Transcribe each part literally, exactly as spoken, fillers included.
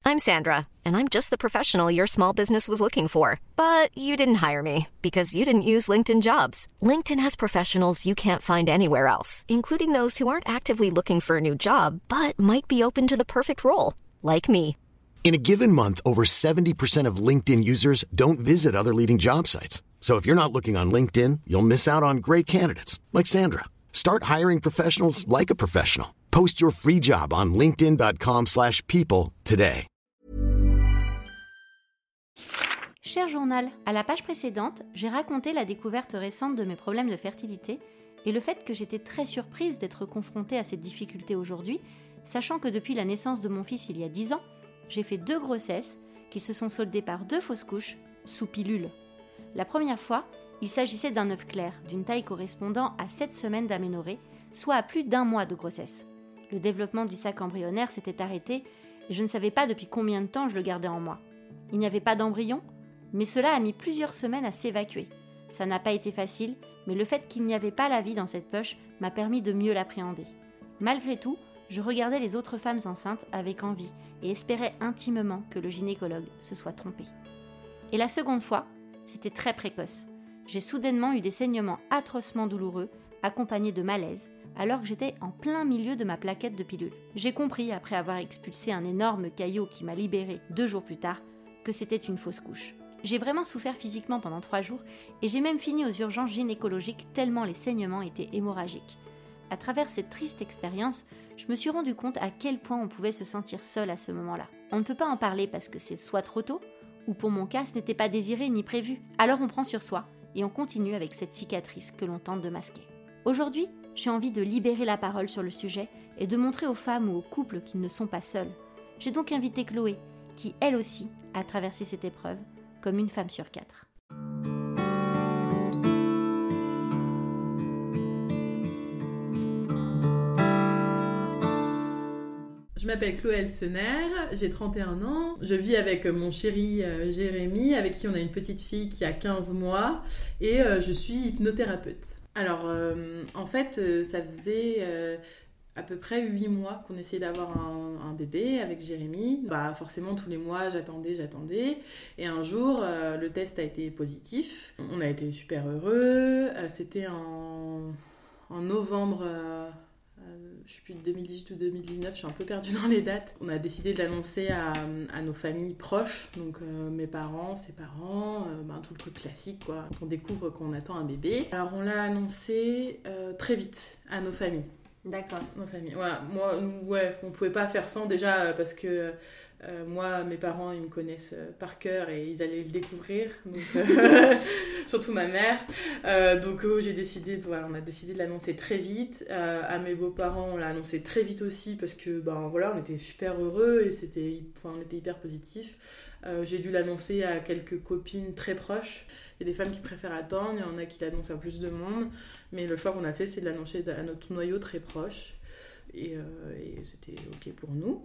I'm Sandra, and I'm just the professional your small business was looking for. But you didn't hire me because you didn't use LinkedIn Jobs. LinkedIn has professionals you can't find anywhere else, including those who aren't actively looking for a new job, but might be open to the perfect role, like me. In a given month, over seventy percent of LinkedIn users don't visit other leading job sites. So if you're not looking on LinkedIn, you'll miss out on great candidates like Sandra. Start hiring professionals like a professional. Post your free job on linkedin dot com slash people today. Cher journal, à la page précédente, j'ai raconté la découverte récente de mes problèmes de fertilité et le fait que j'étais très surprise d'être confrontée à cette difficulté aujourd'hui, sachant que depuis la naissance de mon fils il y a dix ans, j'ai fait deux grossesses qui se sont soldées par deux fausses couches sous pilule. La première fois, il s'agissait d'un œuf clair, d'une taille correspondant à sept semaines d'aménorrhée, soit à plus d'un mois de grossesse. Le développement du sac embryonnaire s'était arrêté et je ne savais pas depuis combien de temps je le gardais en moi. Il n'y avait pas d'embryon, mais cela a mis plusieurs semaines à s'évacuer. Ça n'a pas été facile, mais le fait qu'il n'y avait pas la vie dans cette poche m'a permis de mieux l'appréhender. Malgré tout, je regardais les autres femmes enceintes avec envie et espérais intimement que le gynécologue se soit trompé. Et la seconde fois, c'était très précoce. J'ai soudainement eu des saignements atrocement douloureux, accompagnés de malaise, alors que j'étais en plein milieu de ma plaquette de pilules. J'ai compris, après avoir expulsé un énorme caillot qui m'a libérée deux jours plus tard, que c'était une fausse couche. J'ai vraiment souffert physiquement pendant trois jours et j'ai même fini aux urgences gynécologiques tellement les saignements étaient hémorragiques. À travers cette triste expérience, je me suis rendu compte à quel point on pouvait se sentir seul à ce moment-là. On ne peut pas en parler parce que c'est soit trop tôt, ou pour mon cas, ce n'était pas désiré ni prévu. Alors on prend sur soi et on continue avec cette cicatrice que l'on tente de masquer. Aujourd'hui, j'ai envie de libérer la parole sur le sujet et de montrer aux femmes ou aux couples qu'ils ne sont pas seuls. J'ai donc invité Chloé, qui elle aussi a traversé cette épreuve comme une femme sur quatre. Je m'appelle Chloé Elsener, j'ai trente et un ans. Je vis avec mon chéri euh, Jérémy, avec qui on a une petite fille qui a quinze mois, et euh, je suis hypnothérapeute. Alors, euh, en fait, euh, ça faisait euh, à peu près huit mois qu'on essayait d'avoir un, un bébé avec Jérémy. Bah, forcément, tous les mois, j'attendais, j'attendais. Et un jour, euh, le test a été positif. On a été super heureux. Euh, c'était en, en novembre... Euh, je suis plus de deux mille dix-huit ou deux mille dix-neuf, je suis un peu perdue dans les dates. On a décidé de l'annoncer à, à nos familles proches, donc euh, mes parents, ses parents, euh, ben, tout le truc classique quoi. Quand on découvre qu'on attend un bébé. Alors on l'a annoncé euh, très vite à nos familles. D'accord. Nos familles. Voilà, moi, ouais, on pouvait pas faire sans déjà parce que euh, moi, mes parents, ils me connaissent euh, par cœur et ils allaient le découvrir, donc, euh, surtout ma mère. Euh, donc oh, j'ai décidé, de, voilà, on a décidé de l'annoncer très vite. Euh, à mes beaux-parents, on l'a annoncé très vite aussi parce que ben voilà, on était super heureux et c'était, enfin, on était hyper positifs. Euh, j'ai dû l'annoncer à quelques copines très proches. Il y a des femmes qui préfèrent attendre, il y en a qui l'annoncent à plus de monde, mais le choix qu'on a fait, c'est de l'annoncer à notre noyau très proche. Et, euh, et c'était ok pour nous.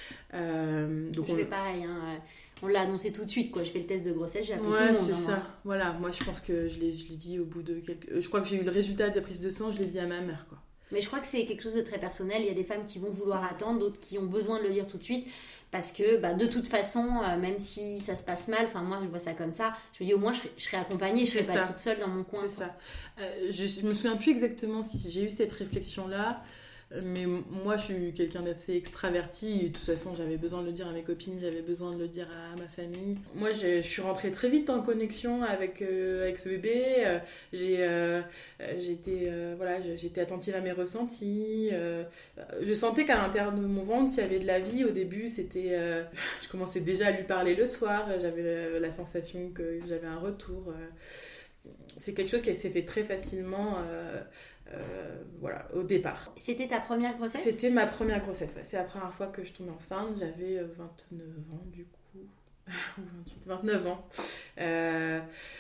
Euh, donc je on... fais pareil, hein. On l'a annoncé tout de suite, quoi. Je fais le test de grossesse, j'ai appelé ouais, tout le monde. c'est hein, ça. moi. Voilà, moi je pense que je l'ai, je l'ai dit au bout de quelques... Je crois que j'ai eu le résultat des prises de sang, je l'ai dit à ma mère, quoi. Mais je crois que c'est quelque chose de très personnel. Il y a des femmes qui vont vouloir attendre, d'autres qui ont besoin de le dire tout de suite. Parce que bah, de toute façon, euh, même si ça se passe mal, enfin moi je vois ça comme ça, je me dis au moins je serai, je serai accompagnée, je ne serai pas toute seule dans mon coin. C'est quoi. ça. Euh, je, je me souviens plus exactement si j'ai eu cette réflexion-là. Mais moi, je suis quelqu'un d'assez extraverti. Et de toute façon, j'avais besoin de le dire à mes copines, j'avais besoin de le dire à ma famille. Moi, je, je suis rentrée très vite en connexion avec, euh, avec ce bébé. Euh, j'ai, euh, j'étais, euh, voilà, j'étais attentive à mes ressentis. Euh, je sentais qu'à l'intérieur de mon ventre, s'il y avait de la vie, au début, c'était... Euh, je commençais déjà à lui parler le soir. J'avais la, la sensation que j'avais un retour. Euh, c'est quelque chose qui s'est fait très facilement... Euh, Euh, voilà, au départ. C'était ta première grossesse ? C'était ma première grossesse, ouais. C'est la première fois que je tombais enceinte. J'avais vingt-neuf ans du coup, ou vingt-huit, vingt-neuf ans. Euh,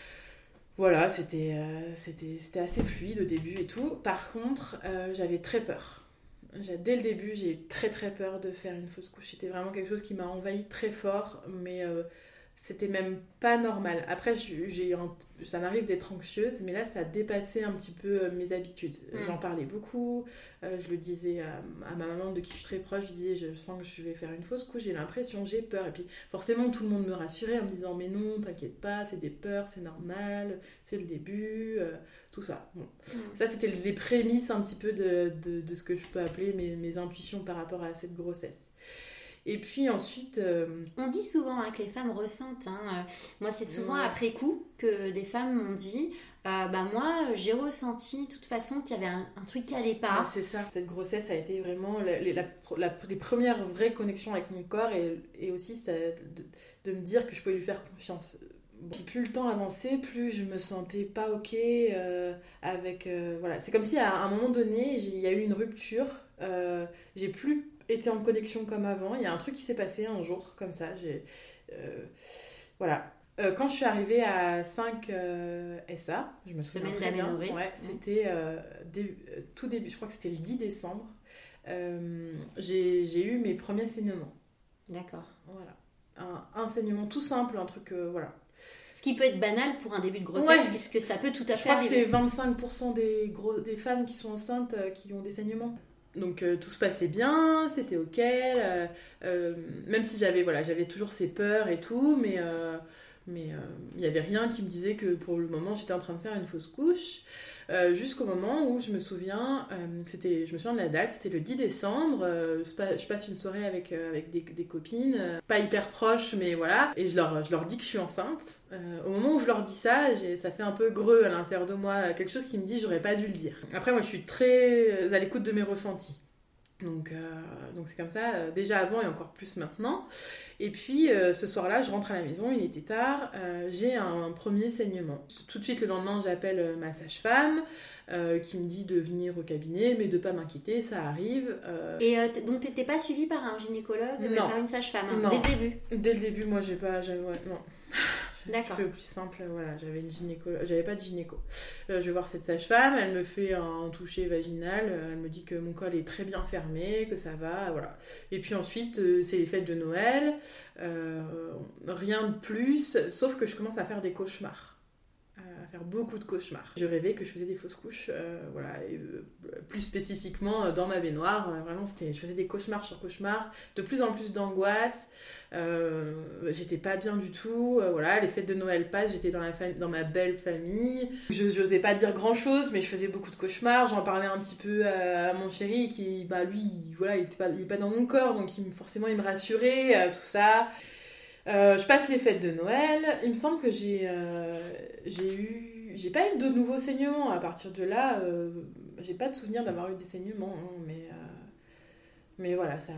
voilà, c'était, euh, c'était, c'était assez fluide au début et tout. Par contre, euh, j'avais très peur. Dès le début, j'ai eu très très peur de faire une fausse couche. C'était vraiment quelque chose qui m'a envahi très fort, mais... Euh, c'était même pas normal. Après, j'ai, j'ai, ça m'arrive d'être anxieuse, mais là, ça a dépassé un petit peu mes habitudes. Mmh. J'en parlais beaucoup, euh, je le disais à, à ma maman de qui je suis très proche, je disais, je sens que je vais faire une fausse couche, j'ai l'impression, j'ai peur. Et puis, forcément, tout le monde me rassurait en me disant, mais non, t'inquiète pas, c'est des peurs, c'est normal, c'est le début, euh, tout ça. Bon. Mmh. Ça, c'était les prémices un petit peu de, de, de ce que je peux appeler mes, mes intuitions par rapport à cette grossesse. Et puis ensuite... Euh... On dit souvent hein, que les femmes ressentent. Hein. Moi, c'est souvent ouais. après coup que des femmes m'ont dit euh, bah, « Moi, j'ai ressenti de toute façon qu'il y avait un, un truc qui n'allait pas. Ouais, » C'est ça. Cette grossesse a été vraiment la, la, la, les premières vraies connexions avec mon corps et, et aussi ça, de, de me dire que je pouvais lui faire confiance. Puis plus le temps avançait, plus je me sentais pas ok euh, avec... Euh, voilà. C'est comme si à un moment donné, il y a eu une rupture. Euh, j'ai plus... était en connexion comme avant. Il y a un truc qui s'est passé un jour comme ça. J'ai, euh, voilà. Euh, quand je suis arrivée à cinq euh, S A, je me souviens très bien. Ouais, ouais. C'était euh, dé, tout début. Je crois que c'était le dix décembre. Euh, j'ai, j'ai eu mes premiers saignements. D'accord. Voilà. Un, un saignement tout simple, un truc euh, voilà. Ce qui peut être banal pour un début de grossesse, ouais, puisque ça peut tout à fait arriver. Je crois que c'est vingt-cinq pour cent des, gros, des femmes qui sont enceintes euh, qui ont des saignements. Donc euh, tout se passait bien, c'était ok, euh, euh, même si j'avais, voilà, j'avais toujours ces peurs et tout, mais euh, mais il euh, n'y avait rien qui me disait que pour le moment j'étais en train de faire une fausse couche, euh, jusqu'au moment où je me souviens, euh, c'était, je me souviens de la date, c'était le dix décembre, euh, je passe une soirée avec, euh, avec des, des copines, euh, pas hyper proches, mais voilà, et je leur, je leur dis que je suis enceinte. Euh, au moment où je leur dis ça, j'ai, ça fait un peu greux à l'intérieur de moi, quelque chose qui me dit j'aurais pas dû le dire. Après moi je suis très à l'écoute de mes ressentis. Donc, euh, donc c'est comme ça, euh, déjà avant et encore plus maintenant. Et puis euh, ce soir-là, je rentre à la maison, il était tard, euh, j'ai un premier saignement. Tout de suite le lendemain, j'appelle ma sage-femme euh, qui me dit de venir au cabinet, mais de pas m'inquiéter, ça arrive. Euh... Et euh, t- donc t'étais pas suivie par un gynécologue, mais par une sage-femme, hein, dès le début? Dès le début, moi j'ai pas... J'avais, ouais, non. D'accord. Je fais au plus simple, voilà, j'avais une gynéco, j'avais pas de gynéco. Euh, je vais voir cette sage-femme, elle me fait un toucher vaginal, elle me dit que mon col est très bien fermé, que ça va, voilà. Et puis ensuite, euh, c'est les fêtes de Noël, euh, rien de plus, sauf que je commence à faire des cauchemars. À faire beaucoup de cauchemars. Je rêvais que je faisais des fausses couches, euh, voilà, et, euh, plus spécifiquement euh, dans ma baignoire. Euh, vraiment, c'était, je faisais des cauchemars sur cauchemars, de plus en plus d'angoisse. Euh, j'étais pas bien du tout. Euh, voilà, les fêtes de Noël passent, j'étais dans, la fam- dans ma belle famille. Je n'osais pas dire grand chose, mais je faisais beaucoup de cauchemars. J'en parlais un petit peu à, à mon chéri, qui, bah lui, il, voilà, il était pas, il est pas dans mon corps, donc il, forcément, il me rassurait, euh, tout ça. Euh, je passe les fêtes de Noël. Il me semble que j'ai, euh, j'ai eu, j'ai pas eu de nouveaux saignements. À partir de là, euh, j'ai pas de souvenir d'avoir eu des saignements, hein, mais euh, mais voilà, ça,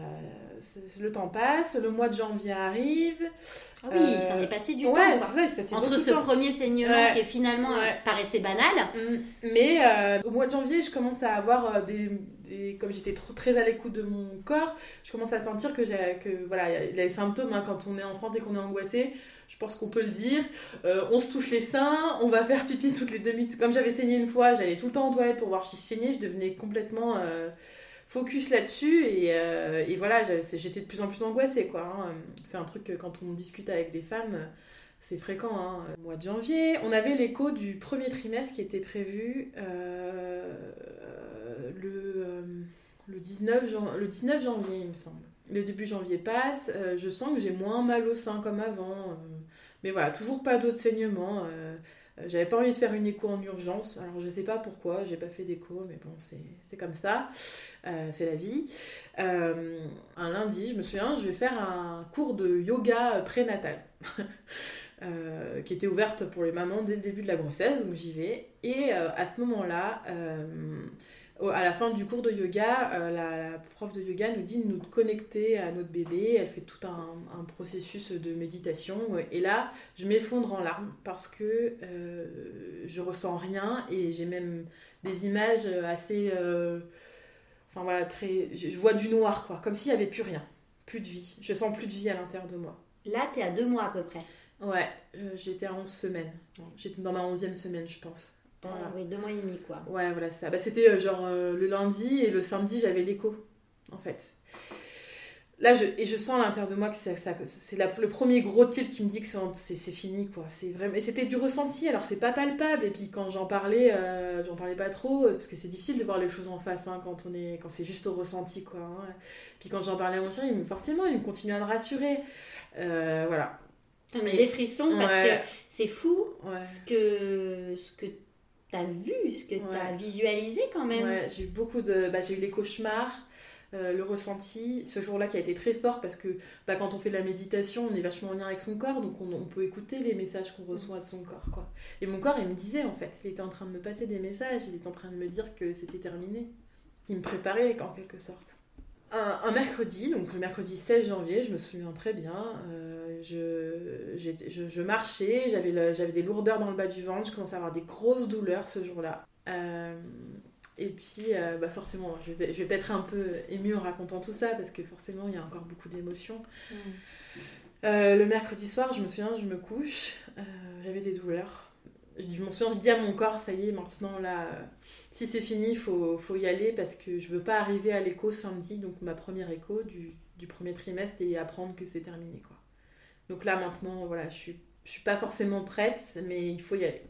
le temps passe. Le mois de janvier arrive. Ah oui, euh, il s'en est passé du ouais, temps. C'est ça, il se passait entre beaucoup ce de temps. premier saignement ouais. qui finalement ouais. paraissait banal. Mais euh, au mois de janvier, je commence à avoir des, des comme j'étais trop, très à l'écoute de mon corps, je commence à sentir que j'ai, que voilà, il y a les symptômes hein, quand on est enceinte et qu'on est angoissé. Je pense qu'on peut le dire. Euh, on se touche les seins, on va faire pipi toutes les deux minutes. Comme j'avais saigné une fois, j'allais tout le temps aux toilettes pour voir si je saignais. Je devenais complètement euh, focus là-dessus et, euh, et voilà, j'étais de plus en plus angoissée, quoi. Hein. C'est un truc que quand on discute avec des femmes, c'est fréquent. Hein. Au mois de janvier, on avait l'écho du premier trimestre qui était prévu euh, le, euh, le, dix-neuf jan- le dix-neuf janvier, il me semble. Le début janvier passe, euh, je sens que j'ai moins mal au sein comme avant. Euh, mais voilà, toujours pas d'autres saignements. Euh, j'avais pas envie de faire une écho en urgence. Alors je sais pas pourquoi, j'ai pas fait d'écho, mais bon, c'est, c'est comme ça. Euh, c'est la vie. Euh, un lundi, je me souviens, je vais faire un cours de yoga prénatal. euh, qui était ouverte pour les mamans dès le début de la grossesse, donc j'y vais. Et euh, à ce moment-là... Euh, à la fin du cours de yoga, euh, la, la prof de yoga nous dit de nous connecter à notre bébé. Elle fait tout un, un processus de méditation. Et là, je m'effondre en larmes parce que euh, je ressens rien et j'ai même des images assez... Euh, enfin voilà, très... Je, je vois du noir, quoi. Comme s'il n'y avait plus rien. Plus de vie. Je sens plus de vie à l'intérieur de moi. Là, t'es à deux mois à peu près. Ouais, euh, j'étais à onze semaines. J'étais dans ma onzième semaine, je pense. Voilà. Ah, oui, deux mois et demi, quoi. Ouais, voilà, ça. Bah, c'était euh, genre euh, le lundi et le samedi, j'avais l'écho, en fait. Là, je, et je sens à l'intérieur de moi que c'est, ça, c'est la, le premier gros tilt qui me dit que c'est, c'est, c'est fini, quoi. C'est vraiment... Et c'était du ressenti, alors c'est pas palpable. Et puis quand j'en parlais, euh, j'en parlais pas trop, parce que c'est difficile de voir les choses en face hein, quand, on est, quand c'est juste au ressenti, quoi. Hein. Puis quand j'en parlais à mon chéri, forcément, il continue à me rassurer. Euh, voilà. T'en as des frissons parce ouais. que c'est fou ouais. ce que, ce que t'as vu, ce que ouais. t'as visualisé quand même. Ouais, j'ai eu beaucoup de... Bah, j'ai eu les cauchemars. Euh, le ressenti, ce jour-là qui a été très fort parce que bah, quand on fait de la méditation, on est vachement en lien avec son corps, donc on, on peut écouter les messages qu'on reçoit de son corps, quoi. Et mon corps, il me disait en fait, il était en train de me passer des messages, il était en train de me dire que c'était terminé. Il me préparait en quelque sorte. Un, un mercredi, donc le mercredi seize janvier, je me souviens très bien, euh, je, je, je marchais, j'avais, le, j'avais des lourdeurs dans le bas du ventre, je commençais à avoir des grosses douleurs ce jour-là. Euh, Et puis, euh, bah forcément, je vais, je vais peut-être être un peu émue en racontant tout ça, parce que forcément, il y a encore beaucoup d'émotions. Mmh. Euh, le mercredi soir, je me souviens, je me couche, euh, j'avais des douleurs. Je, je me souviens, je dis à mon corps, ça y est, maintenant, là, euh, si c'est fini, il faut, faut y aller, parce que je veux pas arriver à l'écho samedi, donc ma première écho du, du premier trimestre, et apprendre que c'est terminé, quoi. Donc là, maintenant, voilà, je suis, je suis pas forcément prête, mais il faut y aller.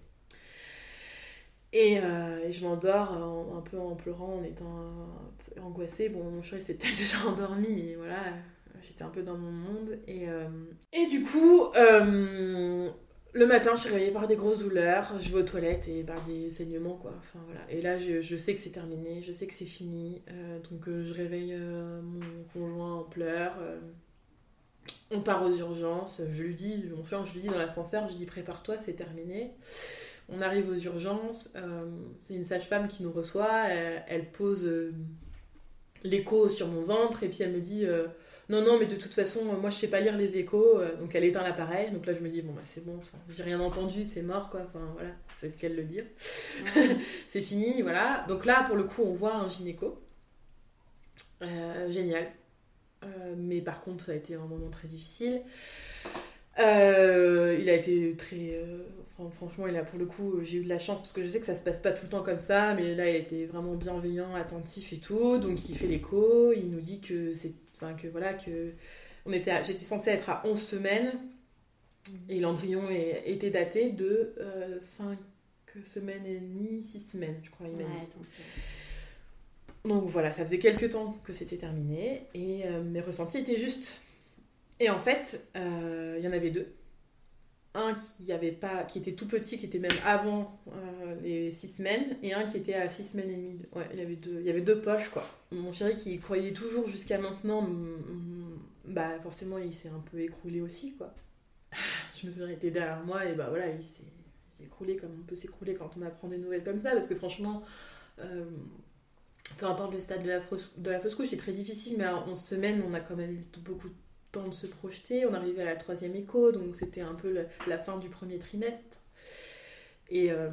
Et, euh, et je m'endors en, un peu en pleurant, en étant angoissée. Bon, mon chéri s'était déjà endormi, et voilà, j'étais un peu dans mon monde. Et, euh, et du coup, euh, le matin, je suis réveillée par des grosses douleurs, je vais aux toilettes et par des saignements, quoi. Enfin, voilà. Et là, je, je sais que c'est terminé, je sais que c'est fini. Euh, donc, euh, je réveille euh, mon conjoint en pleurs. Euh, on part aux urgences. Je lui dis, je je lui dis dans l'ascenseur, je lui dis prépare-toi, c'est terminé. On arrive aux urgences, euh, c'est une sage-femme qui nous reçoit, elle, elle pose euh, l'écho sur mon ventre et puis elle me dit euh, non, non, mais de toute façon, moi je sais pas lire les échos, euh, donc elle éteint l'appareil, donc là je me dis bon, bah c'est bon, ça, j'ai rien entendu, c'est mort quoi, enfin voilà, c'est qu'elle le dire. Ouais. C'est fini, voilà. Donc là pour le coup, on voit un gynéco, euh, génial, euh, mais par contre, ça a été un moment très difficile. Euh, il a été très... Euh, franchement, il a, pour le coup, j'ai eu de la chance parce que je sais que ça se passe pas tout le temps comme ça, mais là, il était vraiment bienveillant, attentif et tout. Donc, il fait l'écho, il nous dit que c'est... Enfin, que voilà, que... On était à, j'étais censée être à onze semaines et l'embryon est, était daté de euh, cinq semaines et demie, six semaines, je crois, il m'a ouais, dit. Donc, donc voilà, ça faisait quelques temps que c'était terminé et euh, mes ressentis étaient justes. Et en fait, il euh, y en avait deux. Un qui, avait pas, qui était tout petit, qui était même avant euh, les six semaines, et un qui était à six semaines et demie. Ouais, il y avait deux, il y avait deux poches, quoi. Mon chéri qui croyait toujours jusqu'à maintenant, m- m- bah forcément, il s'est un peu écroulé aussi, quoi. Je me souviens, il était derrière moi, et bah voilà, il s'est, il s'est écroulé comme on peut s'écrouler quand on apprend des nouvelles comme ça, parce que franchement... Euh, peu importe le stade de la, fausse, de la fausse couche, c'est très difficile, mais en onze semaines, on a quand même eu beaucoup de temps de se projeter. On arrivait à la troisième écho, donc c'était un peu le, la fin du premier trimestre. Et, euh,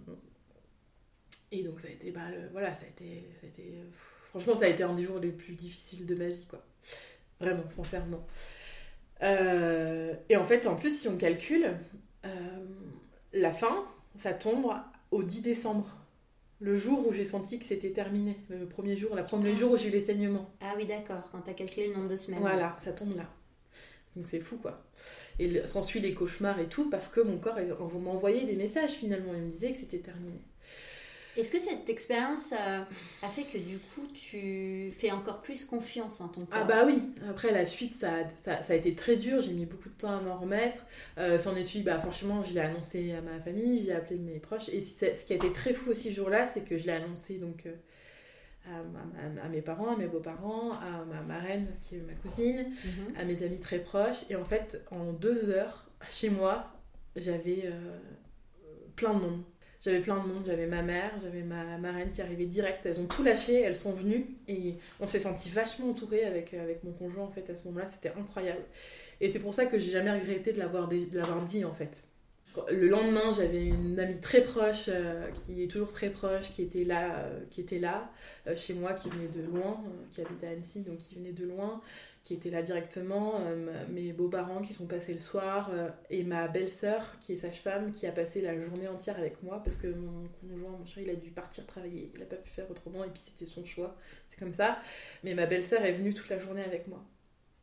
et donc ça a été, bah, le, voilà, ça a été, ça a été, franchement, ça a été un des jours les plus difficiles de ma vie, quoi. Vraiment, sincèrement. Euh, et en fait, en plus, si on calcule, euh, la fin, ça tombe au dix décembre. Le jour où j'ai senti que c'était terminé, le premier jour, le premier jour où j'ai eu les saignements. Ah oui, d'accord, quand t'as calculé le nombre de semaines. Voilà, ça tombe là. Donc c'est fou, quoi. Et s'ensuit les cauchemars et tout, parce que mon corps m'a envoyé des messages, finalement. Il me disait que c'était terminé. Est-ce que cette expérience a, a fait que, du coup, tu fais encore plus confiance en ton corps ? Ah bah oui. Après, la suite, ça, ça, ça a été très dur. J'ai mis beaucoup de temps à m'en remettre. Euh, s'en est suivi, bah franchement, je l'ai annoncé à ma famille, j'ai appelé mes proches. Et ce qui a été très fou aussi ce jour-là, c'est que je l'ai annoncé donc, euh, à, à, à mes parents, à mes beaux-parents, à ma marraine, qui est ma cousine, mm-hmm. à mes amis très proches. Et en fait, en deux heures, chez moi, j'avais euh, plein de monde. J'avais plein de monde, j'avais ma mère, j'avais ma marraine qui arrivait direct, elles ont tout lâché, elles sont venues et on s'est sentis vachement entourés avec, avec mon conjoint en fait à ce moment-là, c'était incroyable. Et c'est pour ça que j'ai jamais regretté de l'avoir, de l'avoir dit en fait. Le lendemain, j'avais une amie très proche, euh, qui est toujours très proche, qui était là, euh, qui était là euh, chez moi, qui venait de loin, euh, qui habitait à Annecy, donc qui venait de loin, qui était là directement, euh, mes beaux-parents qui sont passés le soir, euh, et ma belle-sœur, qui est sage-femme, qui a passé la journée entière avec moi, parce que mon conjoint, mon chéri, il a dû partir travailler, il n'a pas pu faire autrement, et puis c'était son choix, c'est comme ça. Mais ma belle-sœur est venue toute la journée avec moi.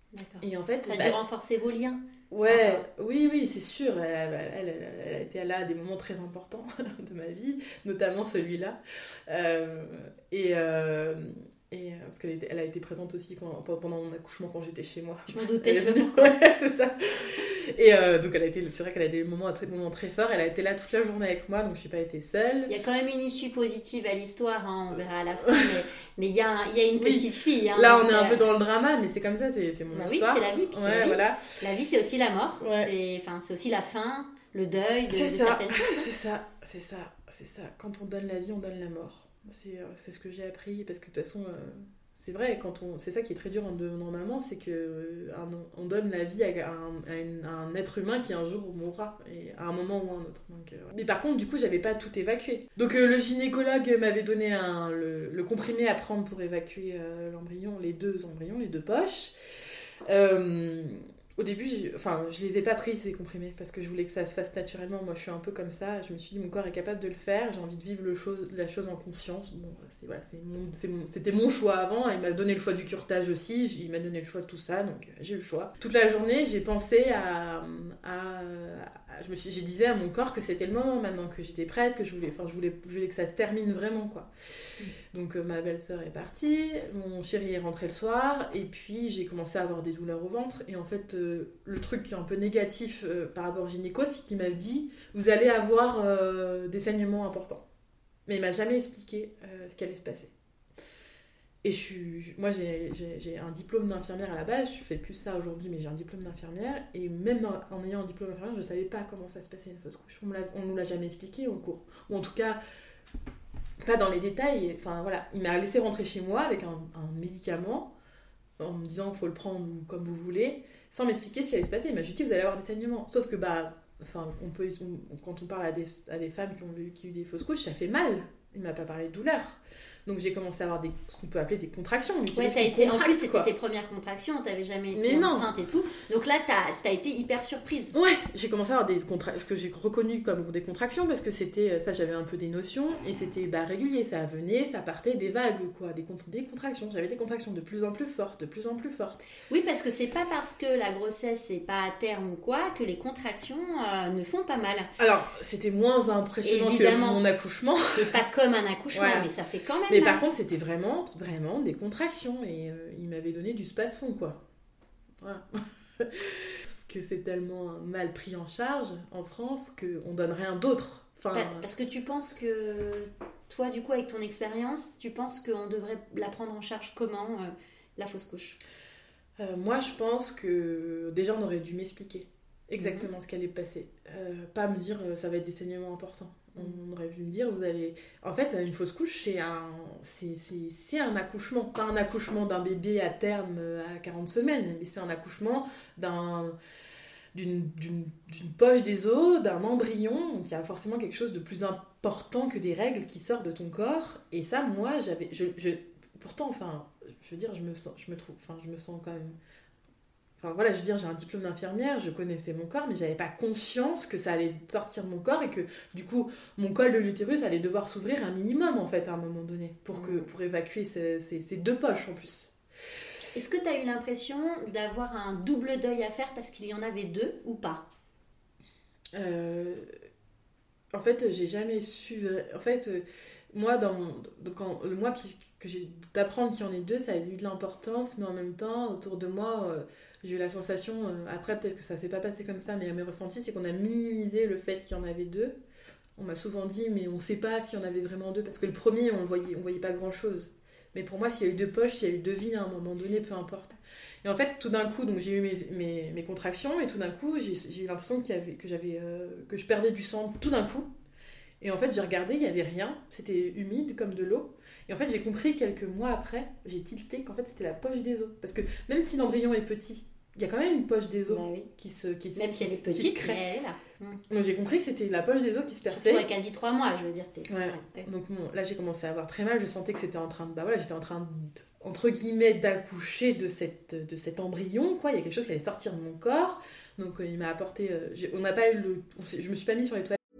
D'accord. Et en fait, ça a bah, dû renforcer vos liens. Ouais, Encore. oui, oui, c'est sûr. Elle, a- elle, elle, elle a été là à des moments très importants de ma vie, notamment celui-là. Euh, et euh, et euh, parce qu'elle était, elle a été présente aussi quand, pendant mon accouchement quand j'étais chez moi. Je m'en doutais, Elle je est me venue- Ouais, c'est ça. Et euh, donc elle a été, c'est vrai qu'elle a des moments très, moments très forts. Elle a été là toute la journée avec moi, donc je n'ai pas été seule. Il y a quand même une issue positive à l'histoire, hein, on verra à la fin, mais mais il y, a un- il y a une Oui. petite fille. Hein, Là, on donc, est un euh, peu dans le drama, mais c'est comme ça, c'est, c'est mon Bah oui, histoire. c'est la vie, puis c'est Ouais, la vie. voilà. La vie, c'est aussi la mort, Ouais. c'est, enfin, c'est aussi la fin, le deuil de, de C'est ça, certaines choses. c'est ça, c'est ça, c'est ça. Quand on donne la vie, on donne la mort. C'est, euh, c'est ce que j'ai appris, parce que de toute façon, euh, c'est vrai, quand on, c'est ça qui est très dur en devenant maman, c'est que euh, un- on donne la vie à un, à une- à un être humain qui un jour mourra, et à un moment ou à un autre. Donc, euh, ouais. Mais par contre, du coup, j'avais pas tout évacué. Donc euh, le gynécologue m'avait donné un, le, le comprimé à prendre pour évacuer euh, l'embryon, les deux embryons, les deux poches. Euh, Au début, j'ai- enfin, je les ai pas pris ces comprimés parce que je voulais que ça se fasse naturellement. Moi, je suis un peu comme ça. Je me suis dit, mon corps est capable de le faire. J'ai envie de vivre le chose, la chose en conscience. Bon, c'est, voilà, c'est mon, c'est mon- c'était mon choix avant. Il m'a donné le choix du curetage aussi. Il m'a donné le choix de tout ça, donc euh, j'ai eu le choix. Toute la journée, j'ai pensé à, à, à- je me suis, j'ai disais à mon corps que c'était le moment maintenant, que j'étais prête, que je voulais, enfin, je voulais, je voulais que ça se termine vraiment, quoi. Donc euh, ma belle-sœur est partie, mon chéri est rentré le soir, et puis j'ai commencé à avoir des douleurs au ventre. Et en fait, euh, le truc qui est un peu négatif euh, par rapport au gynéco, c'est qu'il m'a dit « Vous allez avoir euh, des saignements importants ». Mais il m'a jamais expliqué euh, ce qui allait se passer. Et je suis, moi, j'ai, j'ai, j'ai un diplôme d'infirmière à la base, je fais plus ça aujourd'hui, mais j'ai un diplôme d'infirmière, et même en, en ayant un diplôme d'infirmière, je savais pas comment ça se passait une fausse couche. On ne nous l'a jamais expliqué au cours. Ou en tout cas... pas dans les détails, enfin voilà, il m'a laissé rentrer chez moi avec un, un médicament en me disant qu'il faut le prendre ou comme vous voulez, sans m'expliquer ce qui allait se passer. Il m'a juste dit vous allez avoir des saignements. Sauf que bah, enfin, on peut, on, quand on parle à des, à des femmes qui ont, eu, qui ont eu des fausses couches, ça fait mal. Il m'a pas parlé de douleur. Donc j'ai commencé à avoir des, ce qu'on peut appeler des contractions. Ouais, t'as été, en plus, c'était quoi. Tes premières contractions, t'avais jamais été Mais enceinte et tout. Donc là, t'as, t'as été hyper surprise. Ouais, j'ai commencé à avoir des contractions, ce que j'ai reconnu comme des contractions, parce que c'était, ça j'avais un peu des notions, et c'était bah, régulier, ça venait, ça partait, des vagues, quoi, des, des contractions. J'avais des contractions de plus en plus fortes, de plus en plus fortes. Oui, parce que c'est pas parce que la grossesse n'est pas à terme ou quoi, que les contractions euh, ne font pas mal. Alors, c'était moins impressionnant Évidemment, que mon accouchement. C'est pas comme un accouchement, ouais. Mais ça fait quand même Mais mal. par contre, c'était vraiment, vraiment des contractions, et euh, il m'avait donné du spasfon, quoi. Voilà. Sauf que c'est tellement mal pris en charge en France qu'on donne rien d'autre. Enfin... Parce que tu penses que, toi, du coup, avec ton expérience, tu penses qu'on devrait la prendre en charge comment, euh, la fausse couche ? euh, Moi, je pense que déjà, on aurait dû m'expliquer exactement mmh. ce qui allait passer. Euh, pas me dire, euh, ça va être des saignements importants. On aurait pu me dire, vous allez... En fait, une fausse couche, c'est un, c'est, c'est, c'est un accouchement. Pas un accouchement d'un bébé à terme à quarante semaines, mais c'est un accouchement d'un, d'une, d'une, d'une poche des os, d'un embryon. Donc il y a forcément quelque chose de plus important que des règles qui sortent de ton corps. Et ça, moi, j'avais... Je, je, pourtant, enfin, je veux dire, je me, sens, je me trouve... Enfin, je me sens quand même... Enfin voilà, je veux dire, j'ai un diplôme d'infirmière, je connaissais mon corps, mais j'avais pas conscience que ça allait sortir de mon corps et que du coup, mon col de l'utérus allait devoir s'ouvrir un minimum en fait à un moment donné pour, que, pour évacuer ces, ces, ces deux poches en plus. Est-ce que tu as eu l'impression d'avoir un double deuil à faire parce qu'il y en avait deux ou pas ? euh, En fait, j'ai jamais su... En fait, moi, dans mon, quand, le mois qui, que j'ai d'apprendre qu'il y en ait deux, ça a eu de l'importance, mais en même temps, autour de moi... Euh, j'ai eu la sensation, euh, après peut-être que ça s'est pas passé comme ça, mais mes ressentis, c'est qu'on a minimisé le fait qu'il y en avait deux. On m'a souvent dit, mais on sait pas s'il y en avait vraiment deux, parce que le premier, on voyait, on voyait pas grand-chose. Mais pour moi, s'il y a eu deux poches, il y a eu deux vies à un moment donné, peu importe. Et en fait, tout d'un coup, donc, j'ai eu mes, mes, mes contractions, et tout d'un coup, j'ai, j'ai eu l'impression qu'il y avait, que, j'avais, euh, que je perdais du sang tout d'un coup. Et en fait, j'ai regardé, il n'y avait rien, c'était humide comme de l'eau. Et en fait, j'ai compris quelques mois après, j'ai tilté qu'en fait, c'était la poche des os. Parce que même si l'embryon est petit, il y a quand même une poche des os bah oui. qui se qui Même qui, si elle est petite, qui se crée. Elle est là. Donc j'ai compris que c'était la poche des os qui se perçait. Surtout à quasi trois mois, je veux dire. T'es... Ouais. Ouais. Donc bon, là, j'ai commencé à avoir très mal. Je sentais que c'était en train de... Bah voilà, j'étais en train, de, entre guillemets, d'accoucher de, cette, de cet embryon, quoi. Il y a quelque chose qui allait sortir de mon corps. Donc euh, il m'a apporté... Euh, on n'a pas eu le... On je me suis pas mis sur les toilettes.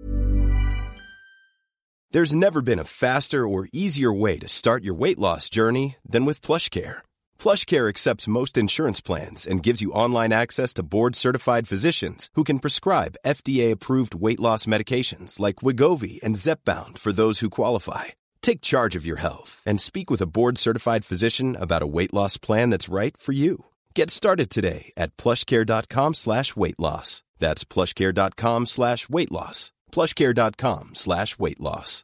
There's never been a faster or easier way to start your weight loss journey than with PlushCare. PlushCare accepts most insurance plans and gives you online access to board-certified physicians who can prescribe F D A-approved weight loss medications like Wegovy and Zepbound for those who qualify. Take charge of your health and speak with a board-certified physician about a weight loss plan that's right for you. Get started today at plushcare.com slash weight loss. That's plushcare.com slash weight loss. plushcare.com slash weight loss.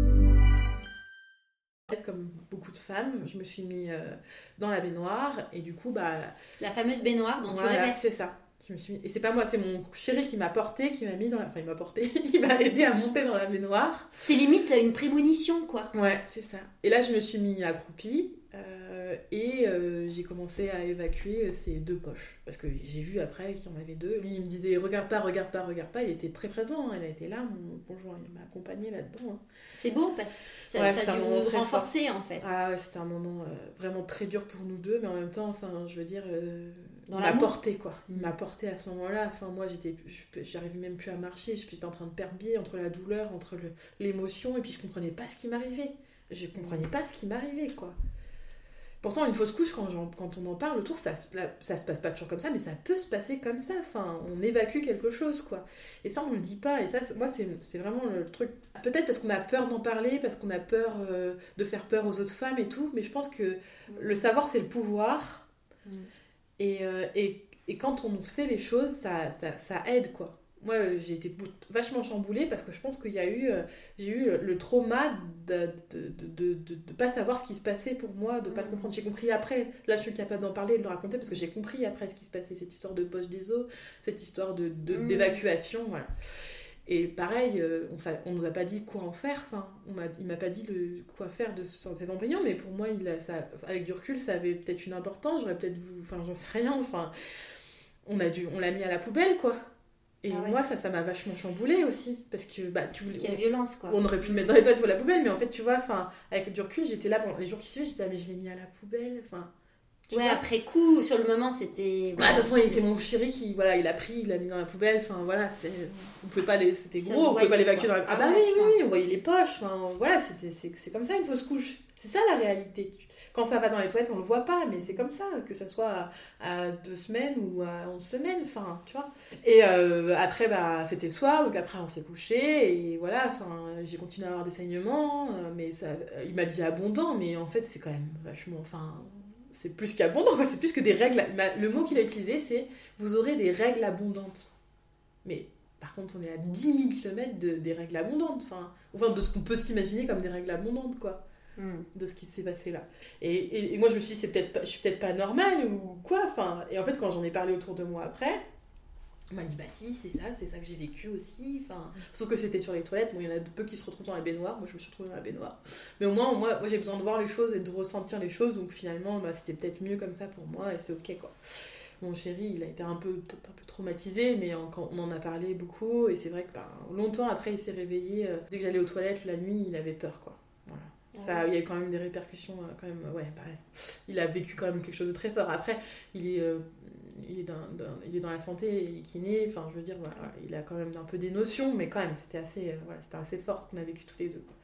Comme beaucoup de femmes, je me suis mis euh, dans la baignoire et du coup, bah... La fameuse baignoire dont voilà, tu rêvais. c'est ça. Je me suis mis... Et c'est pas moi, c'est mon chéri qui m'a porté, qui m'a mis dans la... Enfin, il m'a porté, il m'a aidé à monter dans la baignoire. C'est limite une prémonition, quoi. Ouais, c'est ça. Et là, je me suis mis accroupie euh, et euh, j'ai commencé à évacuer ces deux poches. Parce que j'ai vu après qu'il y en avait deux. Lui, il me disait, regarde pas, regarde pas, regarde pas. Il était très présent, hein. Il a été là, mon conjoint, il m'a accompagné là-dedans. Hein. C'est beau parce que ça, ouais, ça a dû vous renforcer, fort. En fait. Ah ouais, c'était un moment euh, vraiment très dur pour nous deux, mais en même temps, enfin, je veux dire... Euh... Dans il m'a porté quoi, il m'a porté à ce moment-là, enfin moi j'étais, j'arrivais même plus à marcher, j'étais en train de perdre pied entre la douleur, entre le, l'émotion, et puis je comprenais pas ce qui m'arrivait, je comprenais pas ce qui m'arrivait quoi. Pourtant une fausse couche, quand, quand on en parle autour, ça, ça se passe pas toujours comme ça, mais ça peut se passer comme ça, enfin on évacue quelque chose quoi, et ça on le dit pas, et ça moi c'est, c'est vraiment le truc, peut-être parce qu'on a peur d'en parler, parce qu'on a peur euh, de faire peur aux autres femmes et tout, mais je pense que le savoir c'est le pouvoir, mm. Et, euh, et, et quand on sait les choses, ça, ça, ça aide, quoi. Moi, j'ai été vachement chamboulée parce que je pense qu'il y a eu... Euh, j'ai eu le, le trauma de de, de, de de pas savoir ce qui se passait pour moi, de pas mmh. le comprendre. J'ai compris après. Là, je suis capable d'en parler, de le raconter parce que j'ai compris après ce qui se passait. Cette histoire de poche des os, cette histoire de, de, mmh. d'évacuation, voilà. Et pareil, euh, on ne nous a pas dit quoi en faire. Enfin, on m'a, il ne m'a pas dit le, quoi faire de ce, cet embryon, mais pour moi, il a, ça, avec du recul, ça avait peut-être une importance. J'aurais peut-être... Enfin, j'en sais rien. Enfin, on, a dû, on l'a mis à la poubelle, quoi. Et ah ouais. moi, ça, ça m'a vachement chamboulée aussi. Parce que, bah, tu voulais... Quelle violence, quoi. On aurait pu le mettre dans les toilettes ou à la poubelle, mais en fait, tu vois, enfin, avec du recul, j'étais là, bon, les jours qui suivaient, j'étais là, mais je l'ai mis à la poubelle, enfin... Tu ouais, vois. Après coup, sur le moment, c'était... Bah, de toute façon, c'est mon chéri qui, voilà, il a pris, il l'a mis dans la poubelle, enfin, voilà, c'est... On pouvait pas les... C'était gros, on pouvait pas l'évacuer dans la... Ah, ah bah oui, oui, oui, on voyait les poches, enfin, voilà, c'était... c'est... c'est comme ça, une fausse couche. C'est ça, la réalité. Quand ça va dans les toilettes, on le voit pas, mais c'est comme ça, que ça soit à, à deux semaines ou à onze semaines, enfin, tu vois. Et euh, après, bah, c'était le soir, donc après, on s'est couché, et voilà, enfin, j'ai continué à avoir des saignements, euh, mais ça... Il m'a dit abondant, mais en fait, c'est quand même vachement... Enfin... C'est plus qu'abondant, quoi. C'est plus que des règles. Le mot qu'il a utilisé, c'est « vous aurez des règles abondantes ». Mais par contre, on est à dix mille kilomètres de, des règles abondantes. Enfin, enfin, de ce qu'on peut s'imaginer comme des règles abondantes, quoi. Mm. De ce qui s'est passé là. Et, et, et moi, je me suis dit, c'est peut-être pas, je suis peut-être pas normale ou quoi. Enfin, et en fait, quand j'en ai parlé autour de moi après... On m'a dit, bah si, c'est ça, c'est ça que j'ai vécu aussi. Enfin, sauf que c'était sur les toilettes. Bon, il y en a peu qui se retrouvent dans la baignoire. Moi, je me suis retrouvée dans la baignoire. Mais au moins, moi, moi j'ai besoin de voir les choses et de ressentir les choses. Donc finalement, bah, c'était peut-être mieux comme ça pour moi et c'est ok, quoi. Mon chéri, il a été un peu, peut-être un peu traumatisé, mais on, on en a parlé beaucoup. Et c'est vrai que bah, longtemps après, il s'est réveillé. Euh, dès que j'allais aux toilettes la nuit, il avait peur, quoi. Voilà. Ça, il y a eu quand même des répercussions, euh, quand même, ouais, pareil. Il a vécu quand même quelque chose de très fort. Après, il est... Euh, Il est, dans, dans, il est dans la santé, il est kiné, enfin je veux dire, voilà, il a quand même un peu des notions, mais quand même c'était assez, euh, voilà, c'était assez fort ce qu'on a vécu tous les deux, quoi.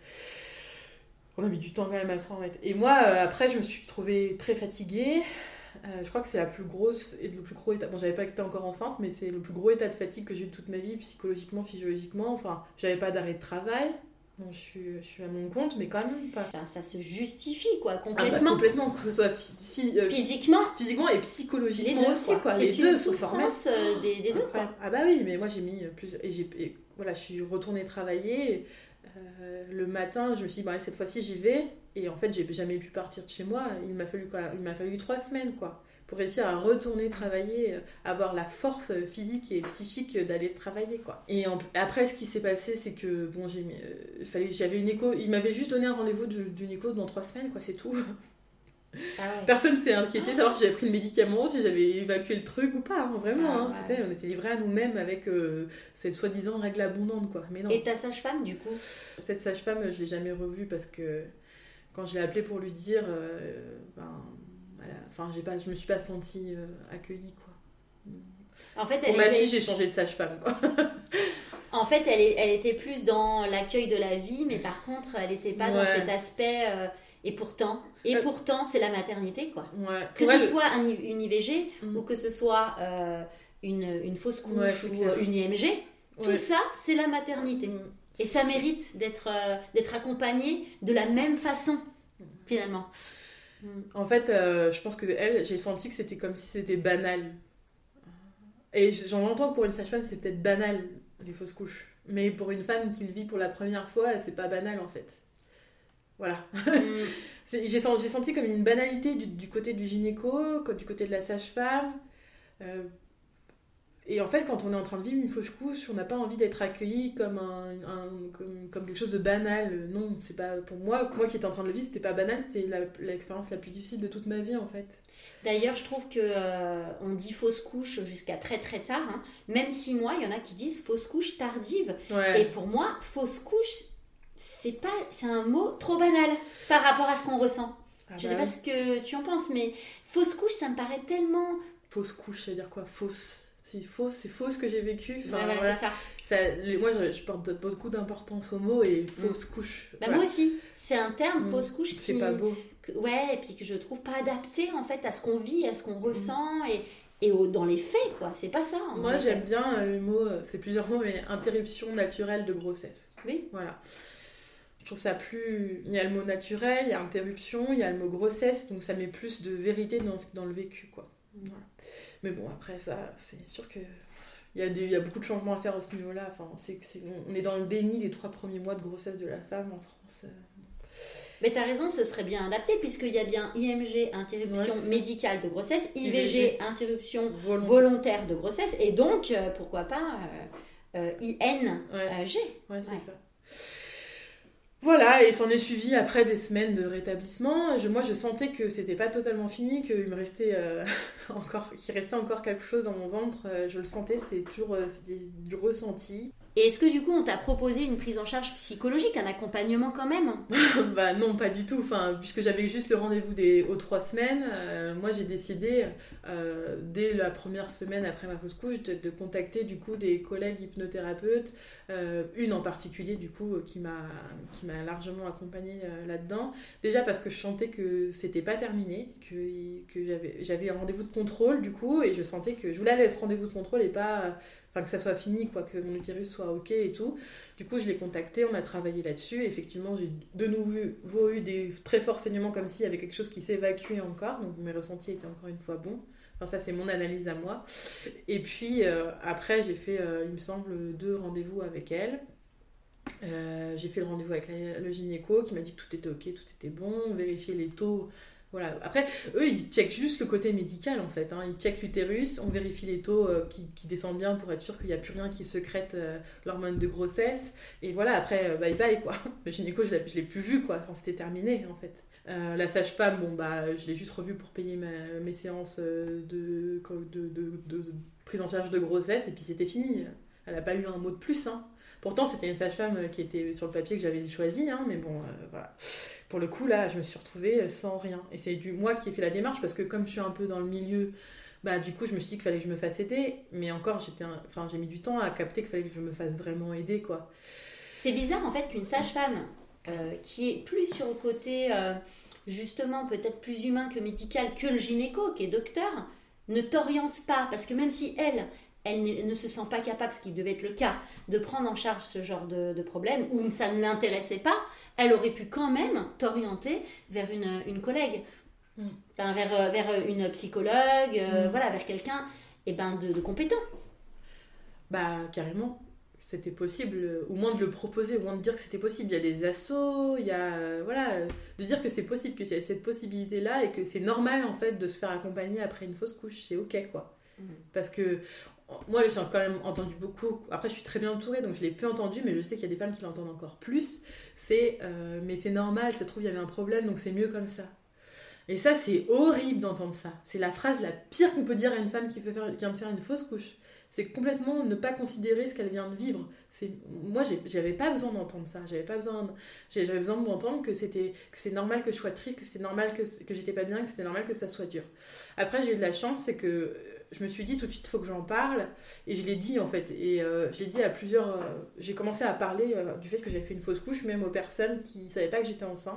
On a mis du temps quand même à se remettre. Et moi, euh, après, je me suis trouvée très fatiguée. Euh, je crois que c'est la plus grosse et le plus gros état. Bon, j'avais pas été encore enceinte, mais c'est le plus gros état de fatigue que j'ai eu de toute ma vie, psychologiquement, physiologiquement. Enfin, j'avais pas d'arrêt de travail. Bon, je suis, je suis à mon compte, mais quand même pas. Enfin, ça se justifie, quoi, complètement. Ah bah, complètement, que ce soit fi- euh, physiquement. physiquement et psychologiquement les deux, aussi, quoi. quoi. C'est les une deux, souffrance euh, des, des deux, quoi. Ah bah oui, mais moi j'ai mis plus... Et j'ai, et voilà, je suis retournée travailler. Euh, le matin, je me suis dit, bon, allez, cette fois-ci, j'y vais. Et en fait, j'ai jamais pu partir de chez moi. Il m'a fallu, quoi, il m'a fallu trois semaines, quoi, pour réussir à retourner travailler, avoir la force physique et psychique d'aller travailler, quoi. Et en, après, ce qui s'est passé, c'est que, bon, j'ai, euh, fallait, j'avais une écho, il m'avait juste donné un rendez-vous de, d'une écho dans trois semaines, quoi, c'est tout. Ah ouais. Personne s'est inquiété de savoir si j'avais pris le médicament, si j'avais évacué le truc ou pas, hein, vraiment. Ah, hein, ouais. C'était, on était livrés à nous-mêmes avec euh, cette soi-disant règle abondante, quoi. Mais non. Et ta sage-femme, du coup ? Cette sage-femme, je l'ai jamais revue parce que quand je l'ai appelée pour lui dire, euh, ben... Enfin, j'ai pas, je me suis pas sentie euh, accueillie, quoi. En fait, elle Pour ma était... fille, j'ai changé de sage-femme, quoi. En fait, elle, elle était plus dans l'accueil de la vie, mais par contre, elle était pas ouais. dans cet aspect... Euh, Et pourtant, et euh, pourtant, c'est la maternité, quoi. Ouais. Que ouais, ce le... soit un, une I V G mmh. ou que ce soit euh, une, une fausse couche ouais, ou clair. une I M G, tout ouais. ça, c'est la maternité. Mmh. Et ça mérite d'être, euh, d'être accompagné de la même façon, finalement. Mmh. En fait, euh, je pense que elle, j'ai senti que c'était comme si c'était banal. Et j'en entends que pour une sage-femme, c'est peut-être banal, les fausses couches. Mais pour une femme qui le vit pour la première fois, c'est pas banal, en fait. Voilà. Mm. c'est, j'ai, senti, j'ai senti comme une banalité du, du côté du gynéco, du côté de la sage-femme. Euh, et en fait, quand on est en train de vivre une fausse couche, on n'a pas envie d'être accueilli comme, un, un, comme, comme quelque chose de banal. Non, c'est pas pour moi. Moi qui étais en train de le vivre, c'était pas banal. C'était la, l'expérience la plus difficile de toute ma vie, en fait. D'ailleurs, je trouve que euh, on dit fausse couche jusqu'à très très tard. Hein. Même six mois, il y en a qui disent fausse couche tardive. Ouais. Et pour moi, fausse couche, c'est pas, c'est un mot trop banal par rapport à ce qu'on ressent. Ah je bah sais pas ce que tu en penses, mais fausse couche, ça me paraît tellement. Fausse couche, ça veut dire quoi? Fausse. C'est faux, c'est faux ce que j'ai vécu. Enfin, ouais, voilà, voilà. c'est ça. ça les, moi, je, je porte beaucoup d'importance au mot et fausse mmh. couche. Bah voilà. Moi aussi. C'est un terme, mmh. fausse couche, qui c'est pas beau. Que, ouais, et puis que je trouve pas adapté en fait à ce qu'on vit, à ce qu'on mmh. ressent et, et au, dans les faits, quoi. C'est pas ça. Moi, j'aime fait. bien le mot, c'est plusieurs mots, mais interruption naturelle de grossesse. Oui. Voilà. Je trouve ça plus. Il y a le mot naturel, il y a interruption, il y a le mot grossesse, donc ça met plus de vérité dans, dans le vécu, quoi. Mmh. Voilà. Mais bon, après ça, c'est sûr que. Il y, a des, il y a beaucoup de changements à faire à ce niveau-là. Enfin, c'est, c'est, on est dans le déni des trois premiers mois de grossesse de la femme en France. Mais tu as raison, ce serait bien adapté, puisqu'il y a bien I M G, interruption ouais, médicale de grossesse, I V G, I V G interruption volontaire. volontaire de grossesse, et donc, euh, pourquoi pas, euh, euh, I N G. Ouais, ouais c'est ouais. ça. Voilà, et s'en est suivi après des semaines de rétablissement. Je, moi, je sentais que c'était pas totalement fini, qu'il me restait euh, encore, qu'il restait encore quelque chose dans mon ventre. Je le sentais, c'était toujours euh, c'était du ressenti. Et est-ce que du coup, on t'a proposé une prise en charge psychologique, un accompagnement quand même? Bah non, pas du tout. Enfin, puisque j'avais juste le rendez-vous des, aux trois semaines, euh, moi j'ai décidé, euh, dès la première semaine après ma fausse couche, de, de contacter du coup des collègues hypnothérapeutes, euh, une en particulier du coup qui m'a, qui m'a largement accompagnée euh, là-dedans. Déjà parce que je sentais que c'était pas terminé, que, que j'avais, j'avais un rendez-vous de contrôle du coup, et je sentais que je voulais aller à ce rendez-vous de contrôle et pas... Enfin, que ça soit fini, quoi, que mon utérus soit OK et tout. Du coup, je l'ai contacté, on a travaillé là-dessus. Et effectivement, j'ai de nouveau eu des très forts saignements comme s'il y avait quelque chose qui s'évacuait encore. Donc, mes ressentis étaient encore une fois bons. Enfin, ça, c'est mon analyse à moi. Et puis, euh, après, j'ai fait, euh, il me semble, deux rendez-vous avec elle. Euh, j'ai fait le rendez-vous avec la, le gynéco qui m'a dit que tout était OK, tout était bon. Vérifier les taux... Voilà. Après, eux, ils checkent juste le côté médical, en fait. Hein. Ils checkent l'utérus, on vérifie les taux euh, qui, qui descendent bien pour être sûr qu'il n'y a plus rien qui sécrète euh, l'hormone de grossesse. Et voilà, après, euh, bye bye, quoi. Le gynéco, je ne l'ai, je l'ai plus vu, quoi. Enfin, c'était terminé, en fait. Euh, la sage-femme, bon, bah, je l'ai juste revue pour payer ma, mes séances de, de, de, de, de, de prise en charge de grossesse, et puis c'était fini. Elle n'a pas eu un mot de plus, hein. Pourtant, c'était une sage-femme qui était sur le papier que j'avais choisi, hein, mais bon, euh, voilà. Pour le coup, là, je me suis retrouvée sans rien. Et c'est du moi qui ai fait la démarche, parce que comme je suis un peu dans le milieu, bah, du coup, je me suis dit qu'il fallait que je me fasse aider. Mais encore, j'étais un... enfin, j'ai mis du temps à capter qu'il fallait que je me fasse vraiment aider, quoi. C'est bizarre, en fait, qu'une sage-femme euh, qui est plus sur le côté, euh, justement, peut-être plus humain que médical, que le gynéco, qui est docteur, ne t'oriente pas. Parce que même si elle... elle ne se sent pas capable, ce qui devait être le cas, de prendre en charge ce genre de, de problème, ou ça ne l'intéressait pas, elle aurait pu quand même t'orienter vers une, une collègue, mm. enfin, vers, vers une psychologue, mm. voilà, vers quelqu'un eh ben, de, de compétent. Bah, carrément. C'était possible, au moins de le proposer, au moins de dire que c'était possible. Il y a des assos, il y a... Euh, voilà, de dire que c'est possible, qu'il y a cette possibilité-là, et que c'est normal, en fait, de se faire accompagner après une fausse couche. C'est OK, quoi. Mm. Parce que... Moi, j'ai quand même entendu beaucoup. Après, je suis très bien entourée, donc je l'ai peu entendu, mais je sais qu'il y a des femmes qui l'entendent encore plus. C'est euh, mais c'est normal, ça se trouve, il y avait un problème, donc c'est mieux comme ça. Et ça, c'est horrible d'entendre ça. C'est la phrase la pire qu'on peut dire à une femme qui, fait faire, qui vient de faire une fausse couche. C'est complètement ne pas considérer ce qu'elle vient de vivre. C'est, moi, j'ai, j'avais pas besoin d'entendre ça. J'avais pas besoin, de, j'avais besoin d'entendre que, c'était, que c'est normal que je sois triste, que c'est normal que, que j'étais pas bien, que c'était normal que ça soit dur. Après, j'ai eu de la chance, c'est que je me suis dit tout de suite, il faut que j'en parle. Et je l'ai dit, en fait. Et euh, je l'ai dit à plusieurs... Euh, j'ai commencé à parler euh, du fait que j'avais fait une fausse couche, même aux personnes qui ne savaient pas que j'étais enceinte.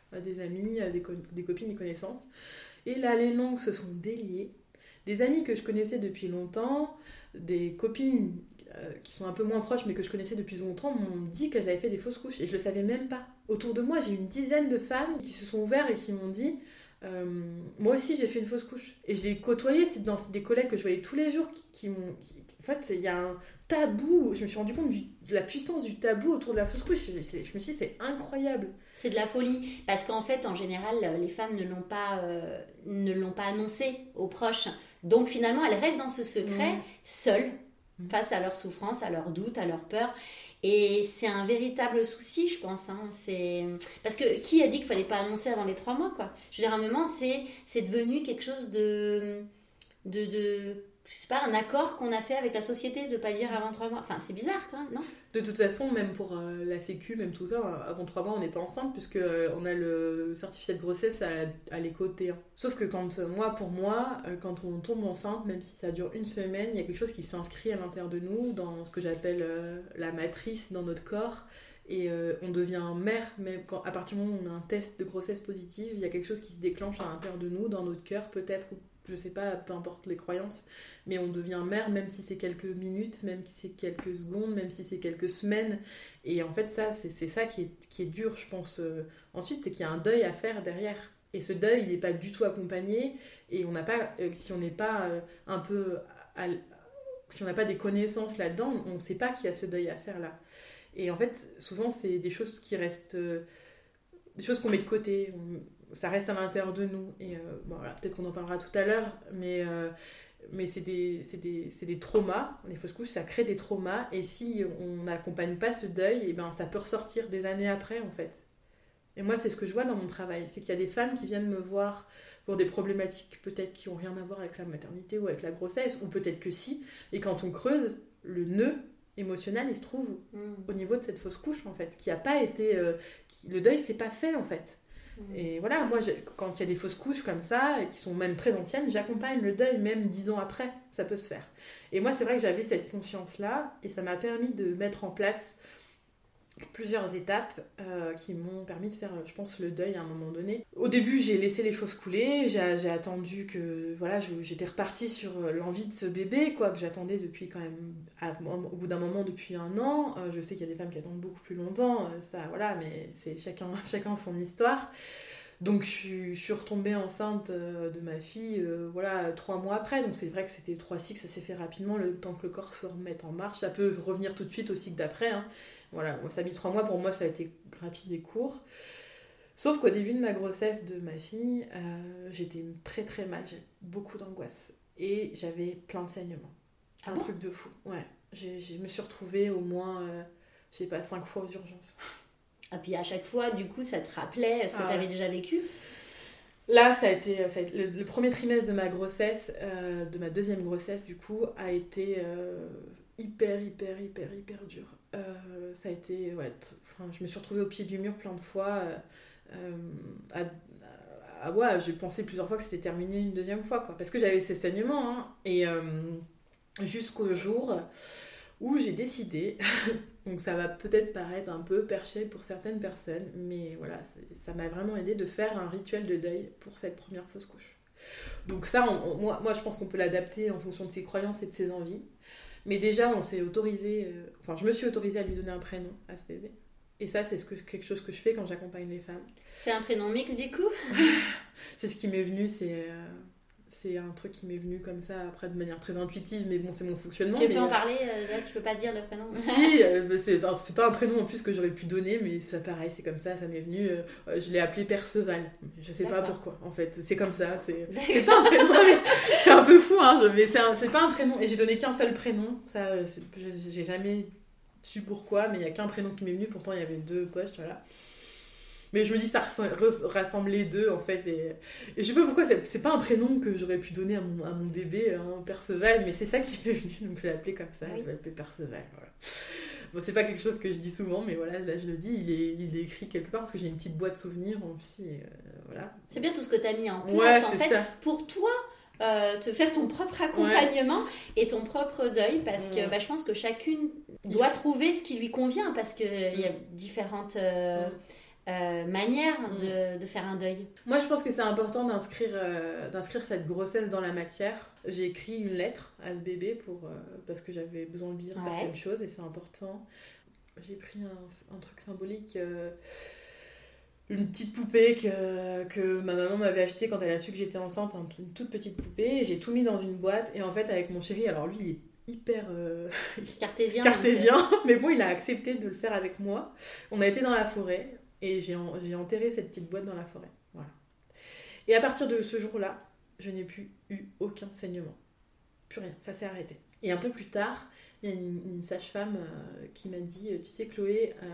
à des amis, à des, co- des copines, des connaissances. Et là, les langues se sont déliées. Des amis que je connaissais depuis longtemps, des copines euh, qui sont un peu moins proches mais que je connaissais depuis longtemps m'ont dit qu'elles avaient fait des fausses couches et je le savais même pas. Autour de moi, j'ai une dizaine de femmes qui se sont ouvertes et qui m'ont dit euh, moi aussi j'ai fait une fausse couche. Et je les côtoyais, c'était dans des collègues que je voyais tous les jours qui, qui m'ont... Qui, en fait, il y a un tabou, je me suis rendu compte du, de la puissance du tabou autour de la fausse couche. Je, c'est, je me suis dit c'est incroyable. C'est de la folie, parce qu'en fait, en général, les femmes ne l'ont pas, euh, ne l'ont pas annoncé aux proches. Donc finalement, elles restent dans ce secret, mmh. seules, mmh. face à leurs souffrances, à leurs doutes, à leurs peurs. Et c'est un véritable souci, je pense. Hein. C'est... Parce que qui a dit qu'il ne fallait pas annoncer avant les trois mois, quoi ? Je veux dire, à un moment, c'est, c'est devenu quelque chose de... de, de... je sais pas, un accord qu'on a fait avec la société de ne pas dire avant trois mois. Enfin, c'est bizarre, quand même, non ? De toute façon, même pour euh, la sécu, même tout ça, avant trois mois, on n'est pas enceinte puisque euh, on a le certificat de grossesse à, à l'écho T un. Sauf que quand, euh, moi, pour moi, euh, quand on tombe enceinte, même si ça dure une semaine, il y a quelque chose qui s'inscrit à l'intérieur de nous, dans ce que j'appelle euh, la matrice dans notre corps. Et euh, on devient mère, même quand, à partir du moment où on a un test de grossesse positive, il y a quelque chose qui se déclenche à l'intérieur de nous, dans notre cœur peut-être, je sais pas, peu importe les croyances, mais on devient mère même si c'est quelques minutes, même si c'est quelques secondes, même si c'est quelques semaines. Et en fait, ça, c'est, c'est ça qui est, qui est dur, je pense. Euh, ensuite, c'est qu'il y a un deuil à faire derrière. Et ce deuil, il n'est pas du tout accompagné. Et on n'a pas, euh, si on n'est pas euh, un peu... À, si on n'a pas des connaissances là-dedans, on ne sait pas qu'il y a ce deuil à faire là. Et en fait, souvent, c'est des choses qui restent... Euh, des choses qu'on met de côté. On, ça reste à l'intérieur de nous. Et euh, bon, voilà, peut-être qu'on en parlera tout à l'heure, mais, euh, mais c'est, des, c'est, des, c'est des traumas. Les fausses couches, ça crée des traumas. Et si on n'accompagne pas ce deuil, et ben, ça peut ressortir des années après, en fait. Et moi, c'est ce que je vois dans mon travail. C'est qu'il y a des femmes qui viennent me voir pour des problématiques peut-être qui n'ont rien à voir avec la maternité ou avec la grossesse, ou peut-être que si. Et quand on creuse, le nœud émotionnel, il se trouve mmh. au niveau de cette fausse couche, en fait, qui a pas été... Euh, qui, le deuil, c'est pas fait, en fait. Et voilà, moi, quand il y a des fausses couches comme ça, qui sont même très anciennes, j'accompagne le deuil même dix ans après, ça peut se faire. Et moi, c'est vrai que j'avais cette conscience-là, et ça m'a permis de mettre en place plusieurs étapes euh, qui m'ont permis de faire, je pense, le deuil à un moment donné. Au début, j'ai laissé les choses couler, j'ai, j'ai attendu que, voilà, je, j'étais repartie sur l'envie de ce bébé, quoi, que j'attendais depuis quand même, à, au bout d'un moment, depuis un an. Euh, je sais qu'il y a des femmes qui attendent beaucoup plus longtemps, euh, ça, voilà, mais c'est chacun, chacun son histoire. Donc je suis, je suis retombée enceinte euh, de ma fille, euh, voilà, trois mois après. Donc c'est vrai que c'était trois cycles, ça s'est fait rapidement, le temps que le corps se remette en marche. Ça peut revenir tout de suite au cycle d'après. Hein. Voilà, bon, ça a mis trois mois, pour moi ça a été rapide et court. Sauf qu'au début de ma grossesse de ma fille, euh, j'étais très très mal, j'ai beaucoup d'angoisse. Et j'avais plein de saignements. Ah Un bon truc de fou, ouais. J'ai, je me suis retrouvée au moins, euh, je sais pas, cinq fois aux urgences. Et puis à chaque fois, du coup, ça te rappelait ce que ah, tu avais déjà vécu ? Là, ça a été, ça a été le, le premier trimestre de ma grossesse, euh, de ma deuxième grossesse, du coup, a été euh, hyper, hyper, hyper, hyper dur. Euh, ça a été, ouais, t- je me suis retrouvée au pied du mur plein de fois. Euh, à, à, ouais, j'ai pensé plusieurs fois que c'était terminé une deuxième fois, quoi, parce que j'avais ces saignements. Hein, et euh, jusqu'au jour où j'ai décidé... Donc ça va peut-être paraître un peu perché pour certaines personnes, mais voilà, ça m'a vraiment aidé de faire un rituel de deuil pour cette première fausse couche. Donc ça, on, on, moi, moi je pense qu'on peut l'adapter en fonction de ses croyances et de ses envies. Mais déjà, on s'est autorisé, euh, enfin je me suis autorisée à lui donner un prénom à ce bébé. Et ça, c'est ce que, quelque chose que je fais quand j'accompagne les femmes. C'est un prénom mixte du coup ? C'est ce qui m'est venu, c'est... Euh, C'est un truc qui m'est venu comme ça, après de manière très intuitive, mais bon, c'est mon fonctionnement. Tu mais peux en euh... parler, euh, là tu peux pas dire le prénom. Si, euh, c'est, c'est pas un prénom en plus que j'aurais pu donner, mais c'est pareil, c'est comme ça, ça m'est venu. Euh, je l'ai appelé Perceval. Je sais D'accord. pas pourquoi, en fait, c'est comme ça. C'est, c'est pas un prénom, non, mais c'est, c'est un peu fou, hein, mais c'est, un, c'est pas un prénom. Et j'ai donné qu'un seul prénom, ça, c'est, j'ai jamais su pourquoi, mais il y a qu'un prénom qui m'est venu, pourtant il y avait deux postes, voilà. Mais je me dis, ça rassemble les deux, en fait. Et, et je sais pas pourquoi, c'est, c'est pas un prénom que j'aurais pu donner à mon, à mon bébé, hein, Perceval, mais c'est ça qui m'est venu, donc je l'ai appelé comme ça, oui. Je l'ai appelé Perceval, voilà. Bon, c'est pas quelque chose que je dis souvent, mais voilà, là je le dis, il est, il est écrit quelque part, parce que j'ai une petite boîte souvenirs, aussi, et, euh, voilà. C'est bien tout ce que t'as mis en place, ouais, en c'est fait, ça. Pour toi, euh, te faire ton propre accompagnement ouais. et ton propre deuil, parce que ouais. bah, je pense que chacune doit trouver ce qui lui convient, parce qu'il mmh. y a différentes... Euh, mmh. euh, manière mmh. de, de faire un deuil. Moi, je pense que c'est important d'inscrire, euh, d'inscrire cette grossesse dans la matière. J'ai écrit une lettre à ce bébé pour, euh, parce que j'avais besoin de dire ouais. certaines choses et c'est important. J'ai pris un, un truc symbolique... Euh, une petite poupée que, que ma maman m'avait achetée quand elle a su que j'étais enceinte, une toute petite poupée. J'ai tout mis dans une boîte et en fait avec mon chéri, alors lui il est hyper euh, cartésien, cartésien mais bon il a accepté de le faire avec moi. On a été dans la forêt et j'ai, en, j'ai enterré cette petite boîte dans la forêt. Voilà. Et à partir de ce jour-là, je n'ai plus eu aucun saignement. Plus rien, ça s'est arrêté. Et un peu plus tard, il y a une, une sage-femme euh, qui m'a dit, tu sais Chloé... Euh,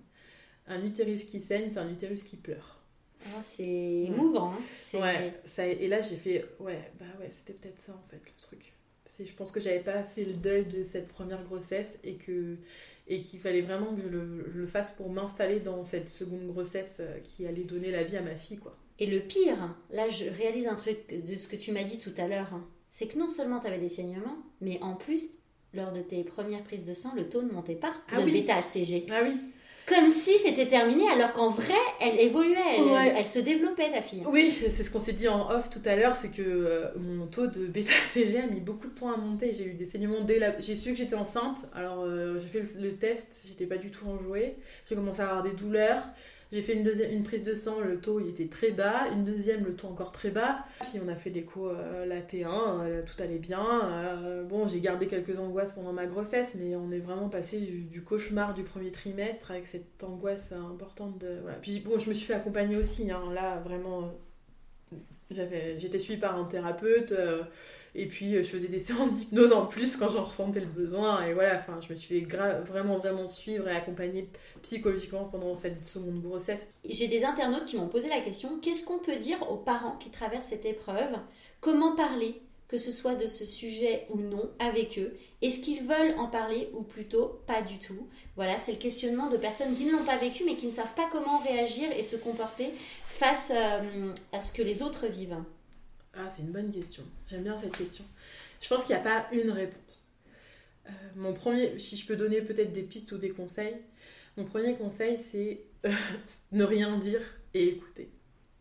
un utérus qui saigne, c'est un utérus qui pleure. Oh, c'est émouvant. Hein. C'est... Ouais, ça, et là j'ai fait, ouais, bah ouais, c'était peut-être ça en fait le truc. C'est, je pense que j'avais pas fait le deuil de cette première grossesse et, que, et qu'il fallait vraiment que je le, je le fasse pour m'installer dans cette seconde grossesse qui allait donner la vie à ma fille, quoi. Et le pire, là je réalise un truc de ce que tu m'as dit tout à l'heure, hein, c'est que non seulement tu avais des saignements, mais en plus, lors de tes premières prises de sang, le taux ne montait pas ah de oui. bêta-H C G. Ah oui. Comme si c'était terminé, alors qu'en vrai, elle évoluait, elle, ouais. elle se développait, ta fille. Oui, c'est ce qu'on s'est dit en off tout à l'heure, c'est que euh, mon taux de bêta-H C G a mis beaucoup de temps à monter. J'ai eu des saignements dès la... J'ai su que j'étais enceinte, alors euh, j'ai fait le, le test, j'étais pas du tout enjouée. J'ai commencé à avoir des douleurs. J'ai fait une, deuxième, une prise de sang, le taux il était très bas. Une deuxième, le taux encore très bas. Puis on a fait l'écho, euh, la T un, euh, tout allait bien. Euh, bon, j'ai gardé quelques angoisses pendant ma grossesse, mais on est vraiment passé du, du cauchemar du premier trimestre avec cette angoisse importante. De, voilà. Puis bon, je me suis fait accompagner aussi. Hein, là, vraiment, euh, j'avais, j'étais suivie par un thérapeute. Euh, Et puis, je faisais des séances d'hypnose en plus quand j'en ressentais le besoin. Et voilà, enfin, je me suis fait gra- vraiment, vraiment suivre et accompagner psychologiquement pendant cette seconde grossesse. J'ai des internautes qui m'ont posé la question, qu'est-ce qu'on peut dire aux parents qui traversent cette épreuve ? Comment parler, que ce soit de ce sujet ou non, avec eux ? Est-ce qu'ils veulent en parler ou plutôt pas du tout ? Voilà, c'est le questionnement de personnes qui ne l'ont pas vécu mais qui ne savent pas comment réagir et se comporter face euh, à ce que les autres vivent. Ah, c'est une bonne question. J'aime bien cette question. Je pense qu'il n'y a pas une réponse. Euh, mon premier, si je peux donner peut-être des pistes ou des conseils, mon premier conseil, c'est euh, ne rien dire et écouter.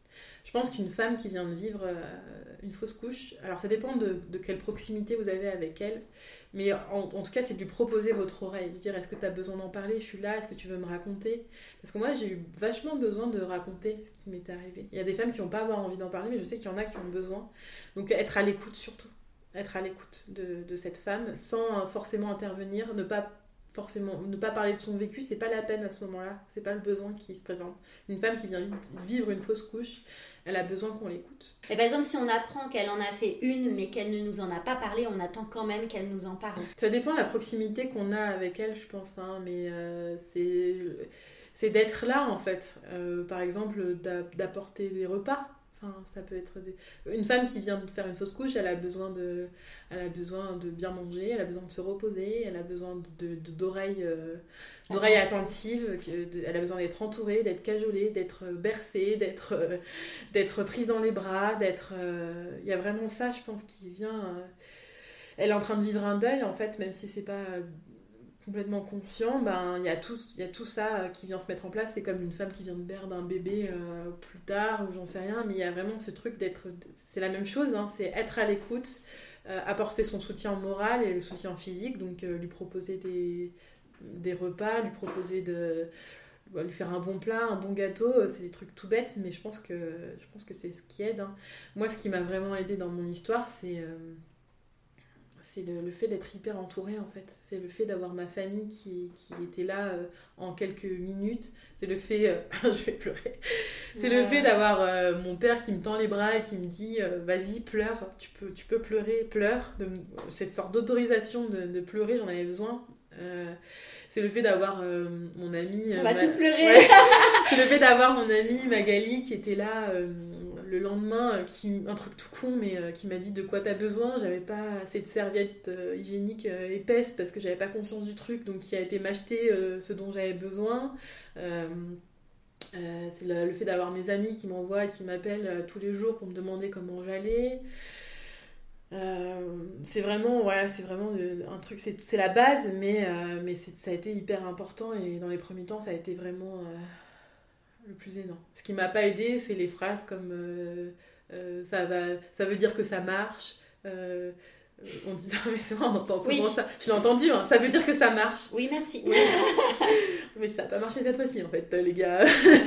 Je pense qu'une femme qui vient de vivre euh, une fausse couche, alors ça dépend de, de quelle proximité vous avez avec elle, mais en, en tout cas, c'est de lui proposer votre oreille, de dire est-ce que tu as besoin d'en parler, je suis là, est-ce que tu veux me raconter ? Parce que moi, j'ai eu vachement besoin de raconter ce qui m'était arrivé. Il y a des femmes qui n'ont pas avoir envie d'en parler, mais je sais qu'il y en a qui ont besoin. Donc être à l'écoute surtout, être à l'écoute de, de cette femme sans forcément intervenir, ne pas forcément ne pas parler de son vécu, c'est pas la peine à ce moment-là, c'est pas le besoin qui se présente. Une femme qui vient vivre une fausse couche, elle a besoin qu'on l'écoute. Et par exemple, si on apprend qu'elle en a fait une, mais qu'elle ne nous en a pas parlé, on attend quand même qu'elle nous en parle. Ça dépend de la proximité qu'on a avec elle, je pense, hein, mais euh, c'est, c'est d'être là, en fait. Euh, par exemple, d'apporter des repas. Enfin, ça peut être des... Une femme qui vient de faire une fausse couche, elle a besoin de, elle a besoin de bien manger, elle a besoin de se reposer, elle a besoin de, de, d'oreilles, euh, d'oreilles attentives, elle a besoin d'être entourée, d'être cajolée, d'être bercée, d'être, euh, d'être prise dans les bras, d'être... Euh... Il y a vraiment ça, je pense, qui vient... Euh... Elle est en train de vivre un deuil, en fait, même si c'est pas... complètement conscient, ben il y a tout il y a tout ça qui vient se mettre en place. C'est comme une femme qui vient de perdre un bébé euh, plus tard ou j'en sais rien, mais il y a vraiment ce truc d'être, c'est la même chose, hein, c'est être à l'écoute, euh, apporter son soutien moral et le soutien physique, donc euh, lui proposer des des repas, lui proposer de lui faire un bon plat, un bon gâteau, c'est des trucs tout bêtes, mais je pense que je pense que c'est ce qui aide, hein. Moi, ce qui m'a vraiment aidée dans mon histoire, c'est euh, c'est le, le fait d'être hyper entourée, en fait. C'est le fait d'avoir ma famille qui, qui était là euh, en quelques minutes. C'est le fait... Euh, je vais pleurer. C'est ouais. le fait d'avoir euh, mon père qui me tend les bras et qui me dit euh, « Vas-y, pleure. Tu peux, tu peux pleurer. Pleure. » de, cette sorte d'autorisation de, de pleurer, j'en avais besoin. Euh, c'est le fait d'avoir euh, mon amie... On va ma... tous pleurer. Ouais. C'est le fait d'avoir mon amie Magali qui était là... Euh, le lendemain, qui, un truc tout con, mais euh, qui m'a dit de quoi t'as besoin. J'avais pas assez de serviettes euh, hygiéniques euh, épaisses parce que j'avais pas conscience du truc, donc qui a été m'acheter euh, ce dont j'avais besoin. Euh, euh, c'est le, le fait d'avoir mes amis qui m'envoient et qui m'appellent euh, tous les jours pour me demander comment j'allais. Euh, c'est vraiment, voilà, c'est vraiment un truc, c'est, c'est la base, mais, euh, mais c'est, ça a été hyper important et dans les premiers temps, ça a été vraiment... Euh, le plus aidant. Ce qui m'a pas aidé, c'est les phrases comme euh, euh, ça va, ça veut dire que ça marche. Euh, on dit non mais c'est vrai, on entend souvent oui. ça. Je l'ai entendu, hein, ça veut dire que ça marche. Oui, merci. Oui. Mais ça n'a pas marché cette fois-ci en fait, les gars.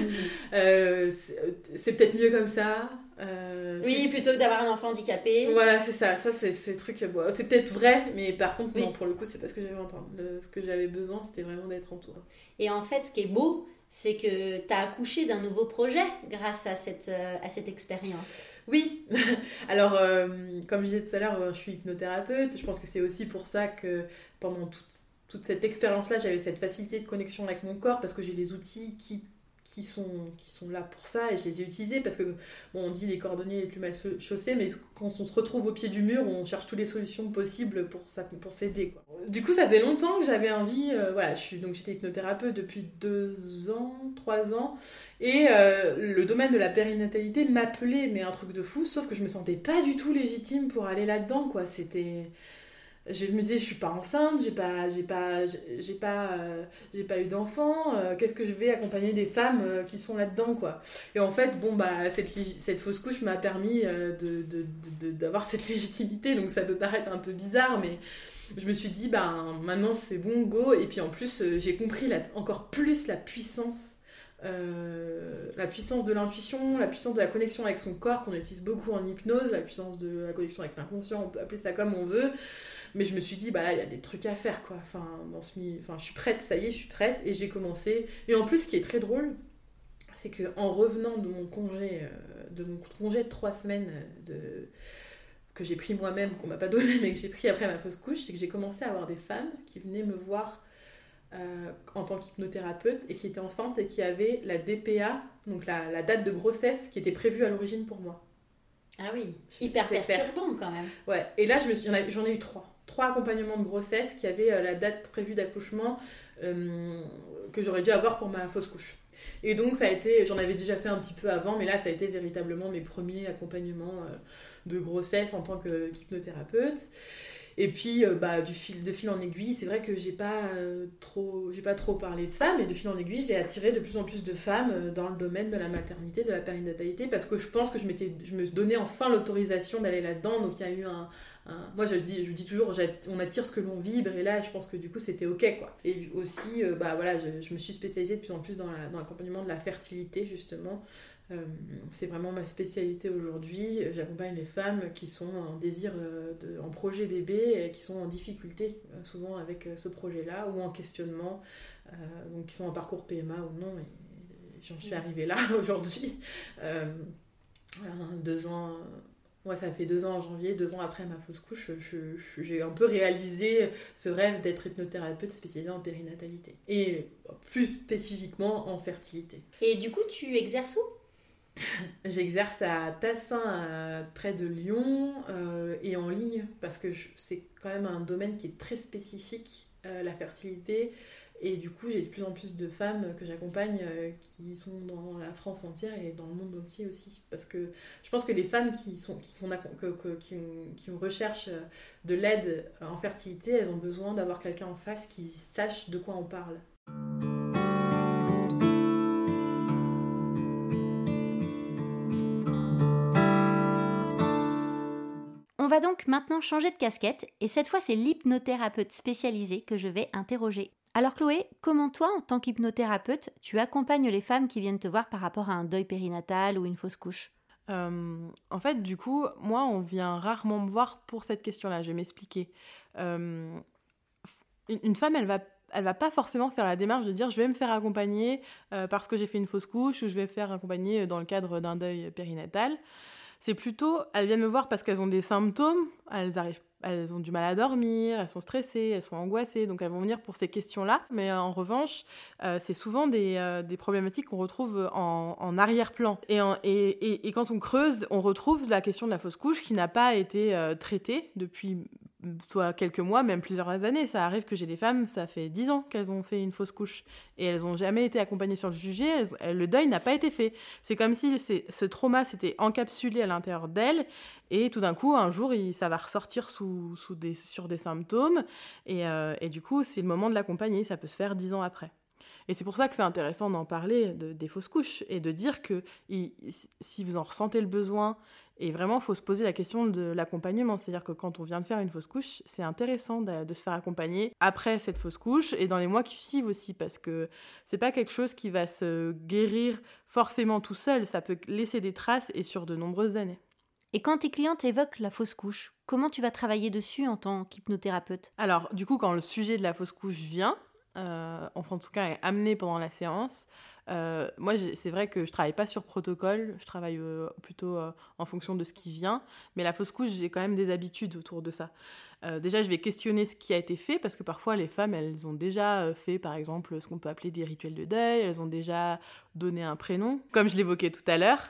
euh, c'est, c'est peut-être mieux comme ça. Euh, oui, plutôt que d'avoir un enfant handicapé. Voilà, c'est ça. Ça, c'est, c'est le truc. Bon, c'est peut-être vrai, mais par contre, oui. non, pour le coup, c'est pas ce que j'avais entendu. Le, ce que j'avais besoin, c'était vraiment d'être entourée. Et en fait, ce qui est beau, c'est que tu as accouché d'un nouveau projet grâce à cette, euh, à cette expérience. Oui. Alors, euh, comme je disais tout à l'heure, je suis hypnothérapeute. Je pense que c'est aussi pour ça que pendant toute, toute cette expérience-là, j'avais cette facilité de connexion avec mon corps parce que j'ai les outils qui... Qui sont, qui sont là pour ça et je les ai utilisés parce que bon, on dit les cordonniers les plus mal chaussés mais quand on se retrouve au pied du mur on cherche toutes les solutions possibles pour, ça, pour s'aider quoi. Du coup ça faisait longtemps que j'avais envie euh, voilà, je suis, donc j'étais hypnothérapeute depuis deux ans, trois ans et euh, le domaine de la périnatalité m'appelait mais un truc de fou sauf que je me sentais pas du tout légitime pour aller là-dedans quoi. C'était... Je me disais, je suis pas enceinte, j'ai pas, j'ai pas, j'ai pas, euh, j'ai pas eu d'enfant. Euh, qu'est-ce que je vais accompagner des femmes euh, qui sont là-dedans, quoi. Et en fait, bon bah cette, cette fausse couche m'a permis euh, de, de, de, de, d'avoir cette légitimité. Donc ça peut paraître un peu bizarre, mais je me suis dit, bah maintenant c'est bon, go. Et puis en plus, euh, j'ai compris la, encore plus la puissance. Euh, la puissance de l'intuition, la puissance de la connexion avec son corps qu'on utilise beaucoup en hypnose, la puissance de la connexion avec l'inconscient, on peut appeler ça comme on veut. Mais je me suis dit, bah, il y a des trucs à faire, quoi. Enfin, dans ce mi... enfin, je suis prête, ça y est, je suis prête. Et j'ai commencé. Et en plus, ce qui est très drôle, c'est qu'en revenant de mon congé, euh, de mon congé de trois semaines de... que j'ai pris moi-même, qu'on m'a pas donné, mais que j'ai pris après ma fausse couche, c'est que j'ai commencé à avoir des femmes qui venaient me voir euh, en tant qu'hypnothérapeute et qui étaient enceintes et qui avaient la D P A, donc la, la date de grossesse qui était prévue à l'origine pour moi. Ah oui, hyper perturbant quand même. Ouais, et là, je me suis... j'en ai eu trois. Trois accompagnements de grossesse qui avaient euh, la date prévue d'accouchement euh, que j'aurais dû avoir pour ma fausse couche. Et donc, ça a été, j'en avais déjà fait un petit peu avant, mais là, ça a été véritablement mes premiers accompagnements euh, de grossesse en tant que, qu'hypnothérapeute. Et puis, euh, bah, du fil, de fil en aiguille, c'est vrai que j'ai pas, euh, trop, j'ai pas trop parlé de ça, mais de fil en aiguille, j'ai attiré de plus en plus de femmes euh, dans le domaine de la maternité, de la périnatalité, parce que je pense que je, m'étais, je me donnais enfin l'autorisation d'aller là-dedans. Donc, il y a eu un... un moi, je dis, je dis toujours, on attire ce que l'on vibre, et là, je pense que du coup, c'était OK, quoi. Et aussi, euh, bah, voilà, je, je me suis spécialisée de plus en plus dans, la, dans l'accompagnement de la fertilité, justement. Euh, c'est vraiment ma spécialité aujourd'hui. J'accompagne les femmes qui sont en désir, de, en projet bébé, et qui sont en difficulté souvent avec ce projet-là ou en questionnement, euh, donc qui sont en parcours P M A ou non. Et j'en suis arrivée là aujourd'hui. Euh, deux ans, ouais, ça fait deux ans en janvier, deux ans après ma fausse couche, je, je, j'ai un peu réalisé ce rêve d'être hypnothérapeute spécialisée en périnatalité et plus spécifiquement en fertilité. Et du coup, tu exerces où ? J'exerce à Tassin, à, près de Lyon, euh, et en ligne, parce que je, c'est quand même un domaine qui est très spécifique, euh, la fertilité, et du coup j'ai de plus en plus de femmes que j'accompagne euh, qui sont dans la France entière et dans le monde entier aussi, parce que je pense que les femmes qui, sont, qui, qu'on a, que, que, qui, qui recherchent de l'aide en fertilité, elles ont besoin d'avoir quelqu'un en face qui sache de quoi on parle. On va donc maintenant changer de casquette et cette fois c'est l'hypnothérapeute spécialisé que je vais interroger. Alors Chloé, comment toi en tant qu'hypnothérapeute tu accompagnes les femmes qui viennent te voir par rapport à un deuil périnatal ou une fausse couche ? Euh, en fait, du coup, moi, on vient rarement me voir pour cette question-là. Je vais m'expliquer. Euh, une femme, elle va, elle va pas forcément faire la démarche de dire je vais me faire accompagner euh, parce que j'ai fait une fausse couche ou je vais me faire accompagner dans le cadre d'un deuil périnatal. C'est plutôt, elles viennent me voir parce qu'elles ont des symptômes, elles arrivent, elles ont du mal à dormir, elles sont stressées, elles sont angoissées, donc elles vont venir pour ces questions-là. Mais en revanche, euh, c'est souvent des, euh, des problématiques qu'on retrouve en, en arrière-plan. Et, en, et, et, et quand on creuse, on retrouve la question de la fausse couche qui n'a pas été euh, traitée depuis soit quelques mois, même plusieurs années. Ça arrive que j'ai des femmes, ça fait dix ans qu'elles ont fait une fausse couche et elles n'ont jamais été accompagnées sur le sujet, elles, elles, le deuil n'a pas été fait. C'est comme si c'est, ce trauma s'était encapsulé à l'intérieur d'elles et tout d'un coup, un jour, il, ça va ressortir sous, sous des, sur des symptômes et, euh, et du coup, c'est le moment de l'accompagner, ça peut se faire dix ans après. Et c'est pour ça que c'est intéressant d'en parler de, des fausses couches et de dire que il, si vous en ressentez le besoin, et vraiment, il faut se poser la question de l'accompagnement. C'est-à-dire que quand on vient de faire une fausse couche, c'est intéressant de, de se faire accompagner après cette fausse couche et dans les mois qui suivent aussi, parce que c'est pas quelque chose qui va se guérir forcément tout seul. Ça peut laisser des traces et sur de nombreuses années. Et quand tes clientes évoquent la fausse couche, comment tu vas travailler dessus en tant qu'hypnothérapeute ? Alors, du coup, quand le sujet de la fausse couche vient, euh, enfin en tout cas est amené pendant la séance, euh, moi c'est vrai que je travaille pas sur protocole, je travaille euh, plutôt euh, en fonction de ce qui vient, mais la fausse couche, j'ai quand même des habitudes autour de ça. Euh, déjà, je vais questionner ce qui a été fait, parce que parfois, les femmes, elles ont déjà euh, fait, par exemple, ce qu'on peut appeler des rituels de deuil, elles ont déjà donné un prénom, comme je l'évoquais tout à l'heure.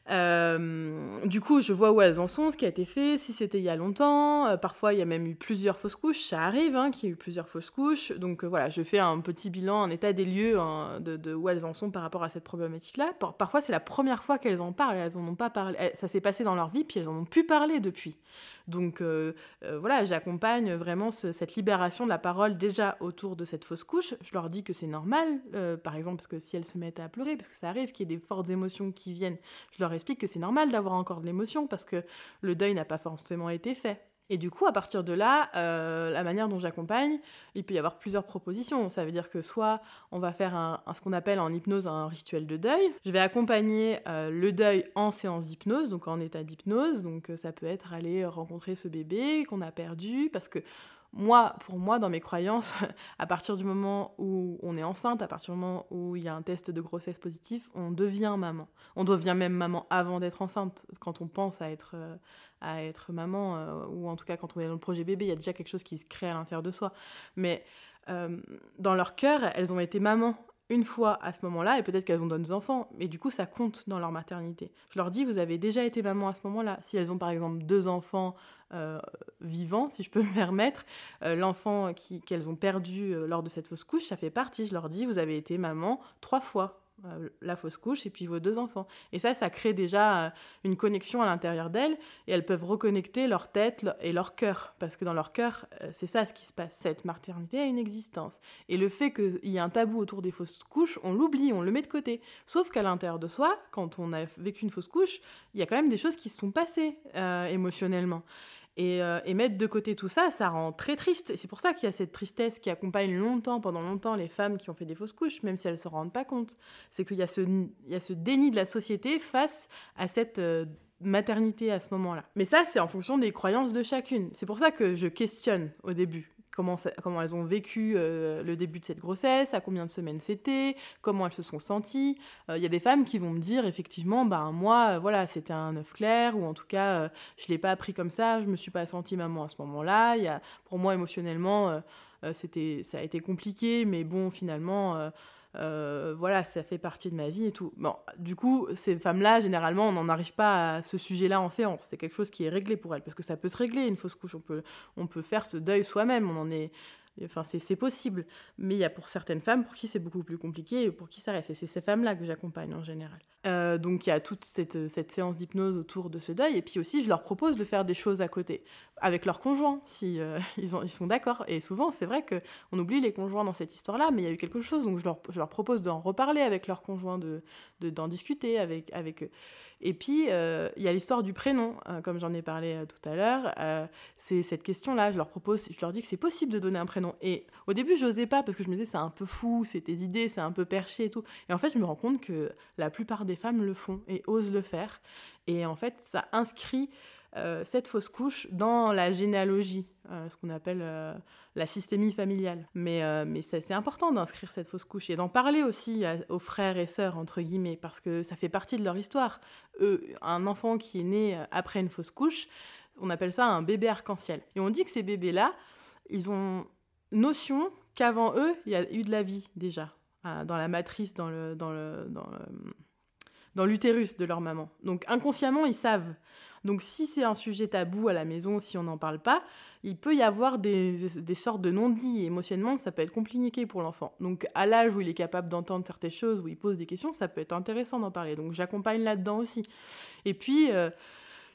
Euh, du coup, je vois où elles en sont, ce qui a été fait, si c'était il y a longtemps. Euh, parfois, il y a même eu plusieurs fausses couches, ça arrive hein, qu'il y ait eu plusieurs fausses couches. Donc euh, voilà, je fais un petit bilan, un état des lieux hein, de, de où elles en sont par rapport à cette problématique-là. Par- parfois, c'est la première fois qu'elles en parlent, elles en ont pas parlé. Ça s'est passé dans leur vie, puis elles en ont pu parler depuis. Donc euh, euh, voilà, j'accompagne vraiment ce, cette libération de la parole déjà autour de cette fausse couche. Je leur dis que c'est normal, euh, par exemple, parce que si elles se mettent à pleurer, parce que ça arrive qu'il y ait des fortes émotions qui viennent, je leur explique que c'est normal d'avoir encore de l'émotion, parce que le deuil n'a pas forcément été fait. Et du coup, à partir de là, euh, la manière dont j'accompagne, il peut y avoir plusieurs propositions. Ça veut dire que soit on va faire un, un, ce qu'on appelle en hypnose un rituel de deuil. Je vais accompagner euh, le deuil en séance d'hypnose, donc en état d'hypnose. Donc euh, ça peut être aller rencontrer ce bébé qu'on a perdu, parce que moi, pour moi, dans mes croyances, à partir du moment où on est enceinte, à partir du moment où il y a un test de grossesse positif, on devient maman. On devient même maman avant d'être enceinte. Quand on pense à être, euh, à être maman, euh, ou en tout cas quand on est dans le projet bébé, il y a déjà quelque chose qui se crée à l'intérieur de soi. Mais euh, dans leur cœur, elles ont été mamans une fois à ce moment-là, et peut-être qu'elles ont d'autres enfants, mais du coup, ça compte dans leur maternité. Je leur dis, vous avez déjà été maman à ce moment-là. Si elles ont par exemple deux enfants euh, vivants, si je peux me permettre, euh, l'enfant qui, qu'elles ont perdu euh, lors de cette fausse couche, ça fait partie. Je leur dis, vous avez été maman trois fois. Euh, la fausse couche et puis vos deux enfants. Et ça, ça crée déjà euh, une connexion à l'intérieur d'elles et elles peuvent reconnecter leur tête et leur cœur. Parce que dans leur cœur, euh, c'est ça ce qui se passe. Cette maternité a une existence. Et le fait qu'il y ait un tabou autour des fausses couches, on l'oublie, on le met de côté. Sauf qu'à l'intérieur de soi, quand on a vécu une fausse couche, il y a quand même des choses qui se sont passées euh, émotionnellement. Et, euh, et mettre de côté tout ça, ça rend très triste. Et c'est pour ça qu'il y a cette tristesse qui accompagne longtemps, pendant longtemps, les femmes qui ont fait des fausses couches, même si elles ne se rendent pas compte. C'est qu'il y a ce, il y a ce déni de la société face à cette euh, maternité à ce moment-là. Mais ça, c'est en fonction des croyances de chacune. C'est pour ça que je questionne au début. Comment, ça, comment elles ont vécu euh, le début de cette grossesse, à combien de semaines c'était, comment elles se sont senties. Il euh, y a des femmes qui vont me dire, effectivement, ben, moi, euh, voilà, c'était un œuf clair, ou en tout cas, euh, je ne l'ai pas appris comme ça, je ne me suis pas sentie maman à ce moment-là. Y a, pour moi, émotionnellement, euh, euh, c'était, ça a été compliqué, mais bon, finalement... Euh, Euh, voilà, ça fait partie de ma vie et tout. Bon, du coup, ces femmes-là, généralement, on n'en arrive pas à ce sujet-là en séance. C'est quelque chose qui est réglé pour elles, parce que ça peut se régler, une fausse couche. On peut, on peut faire ce deuil soi-même, on en est... Enfin, c'est, c'est possible. Mais il y a pour certaines femmes pour qui c'est beaucoup plus compliqué et pour qui ça reste. Et c'est ces femmes-là que j'accompagne en général. Euh, donc, il y a toute cette, cette séance d'hypnose autour de ce deuil. Et puis aussi, je leur propose de faire des choses à côté, avec leur conjoint, si euh, ils, ont, ils sont d'accord. Et souvent, c'est vrai qu'on oublie les conjoints dans cette histoire-là, mais il y a eu quelque chose. Donc, je leur, je leur propose d'en reparler avec leur conjoint, de, de, d'en discuter avec, avec eux. Et puis, euh, il y a l'histoire du prénom, euh, comme j'en ai parlé euh, tout à l'heure. Euh, c'est cette question-là, je leur propose, je leur dis que c'est possible de donner un prénom. Et au début, je n'osais pas, parce que je me disais, c'est un peu fou, c'est tes idées, c'est un peu perché et tout. Et en fait, je me rends compte que la plupart des femmes le font et osent le faire. Et en fait, ça inscrit euh, cette fausse couche dans la généalogie, euh, ce qu'on appelle euh, la systémie familiale. Mais, euh, mais c'est, c'est important d'inscrire cette fausse couche et d'en parler aussi à, aux frères et sœurs, entre guillemets, parce que ça fait partie de leur histoire. Eux, un enfant qui est né après une fausse couche, on appelle ça un bébé arc-en-ciel. Et on dit que ces bébés-là, ils ont notion qu'avant eux, il y a eu de la vie déjà, dans la matrice, dans, le, dans, le, dans, le, dans l'utérus de leur maman. Donc inconsciemment, ils savent. Donc si c'est un sujet tabou à la maison, si on n'en parle pas, il peut y avoir des, des sortes de non-dits. Émotionnellement, ça peut être compliqué pour l'enfant. Donc à l'âge où il est capable d'entendre certaines choses, où il pose des questions, ça peut être intéressant d'en parler. Donc j'accompagne là-dedans aussi. Et puis... Euh,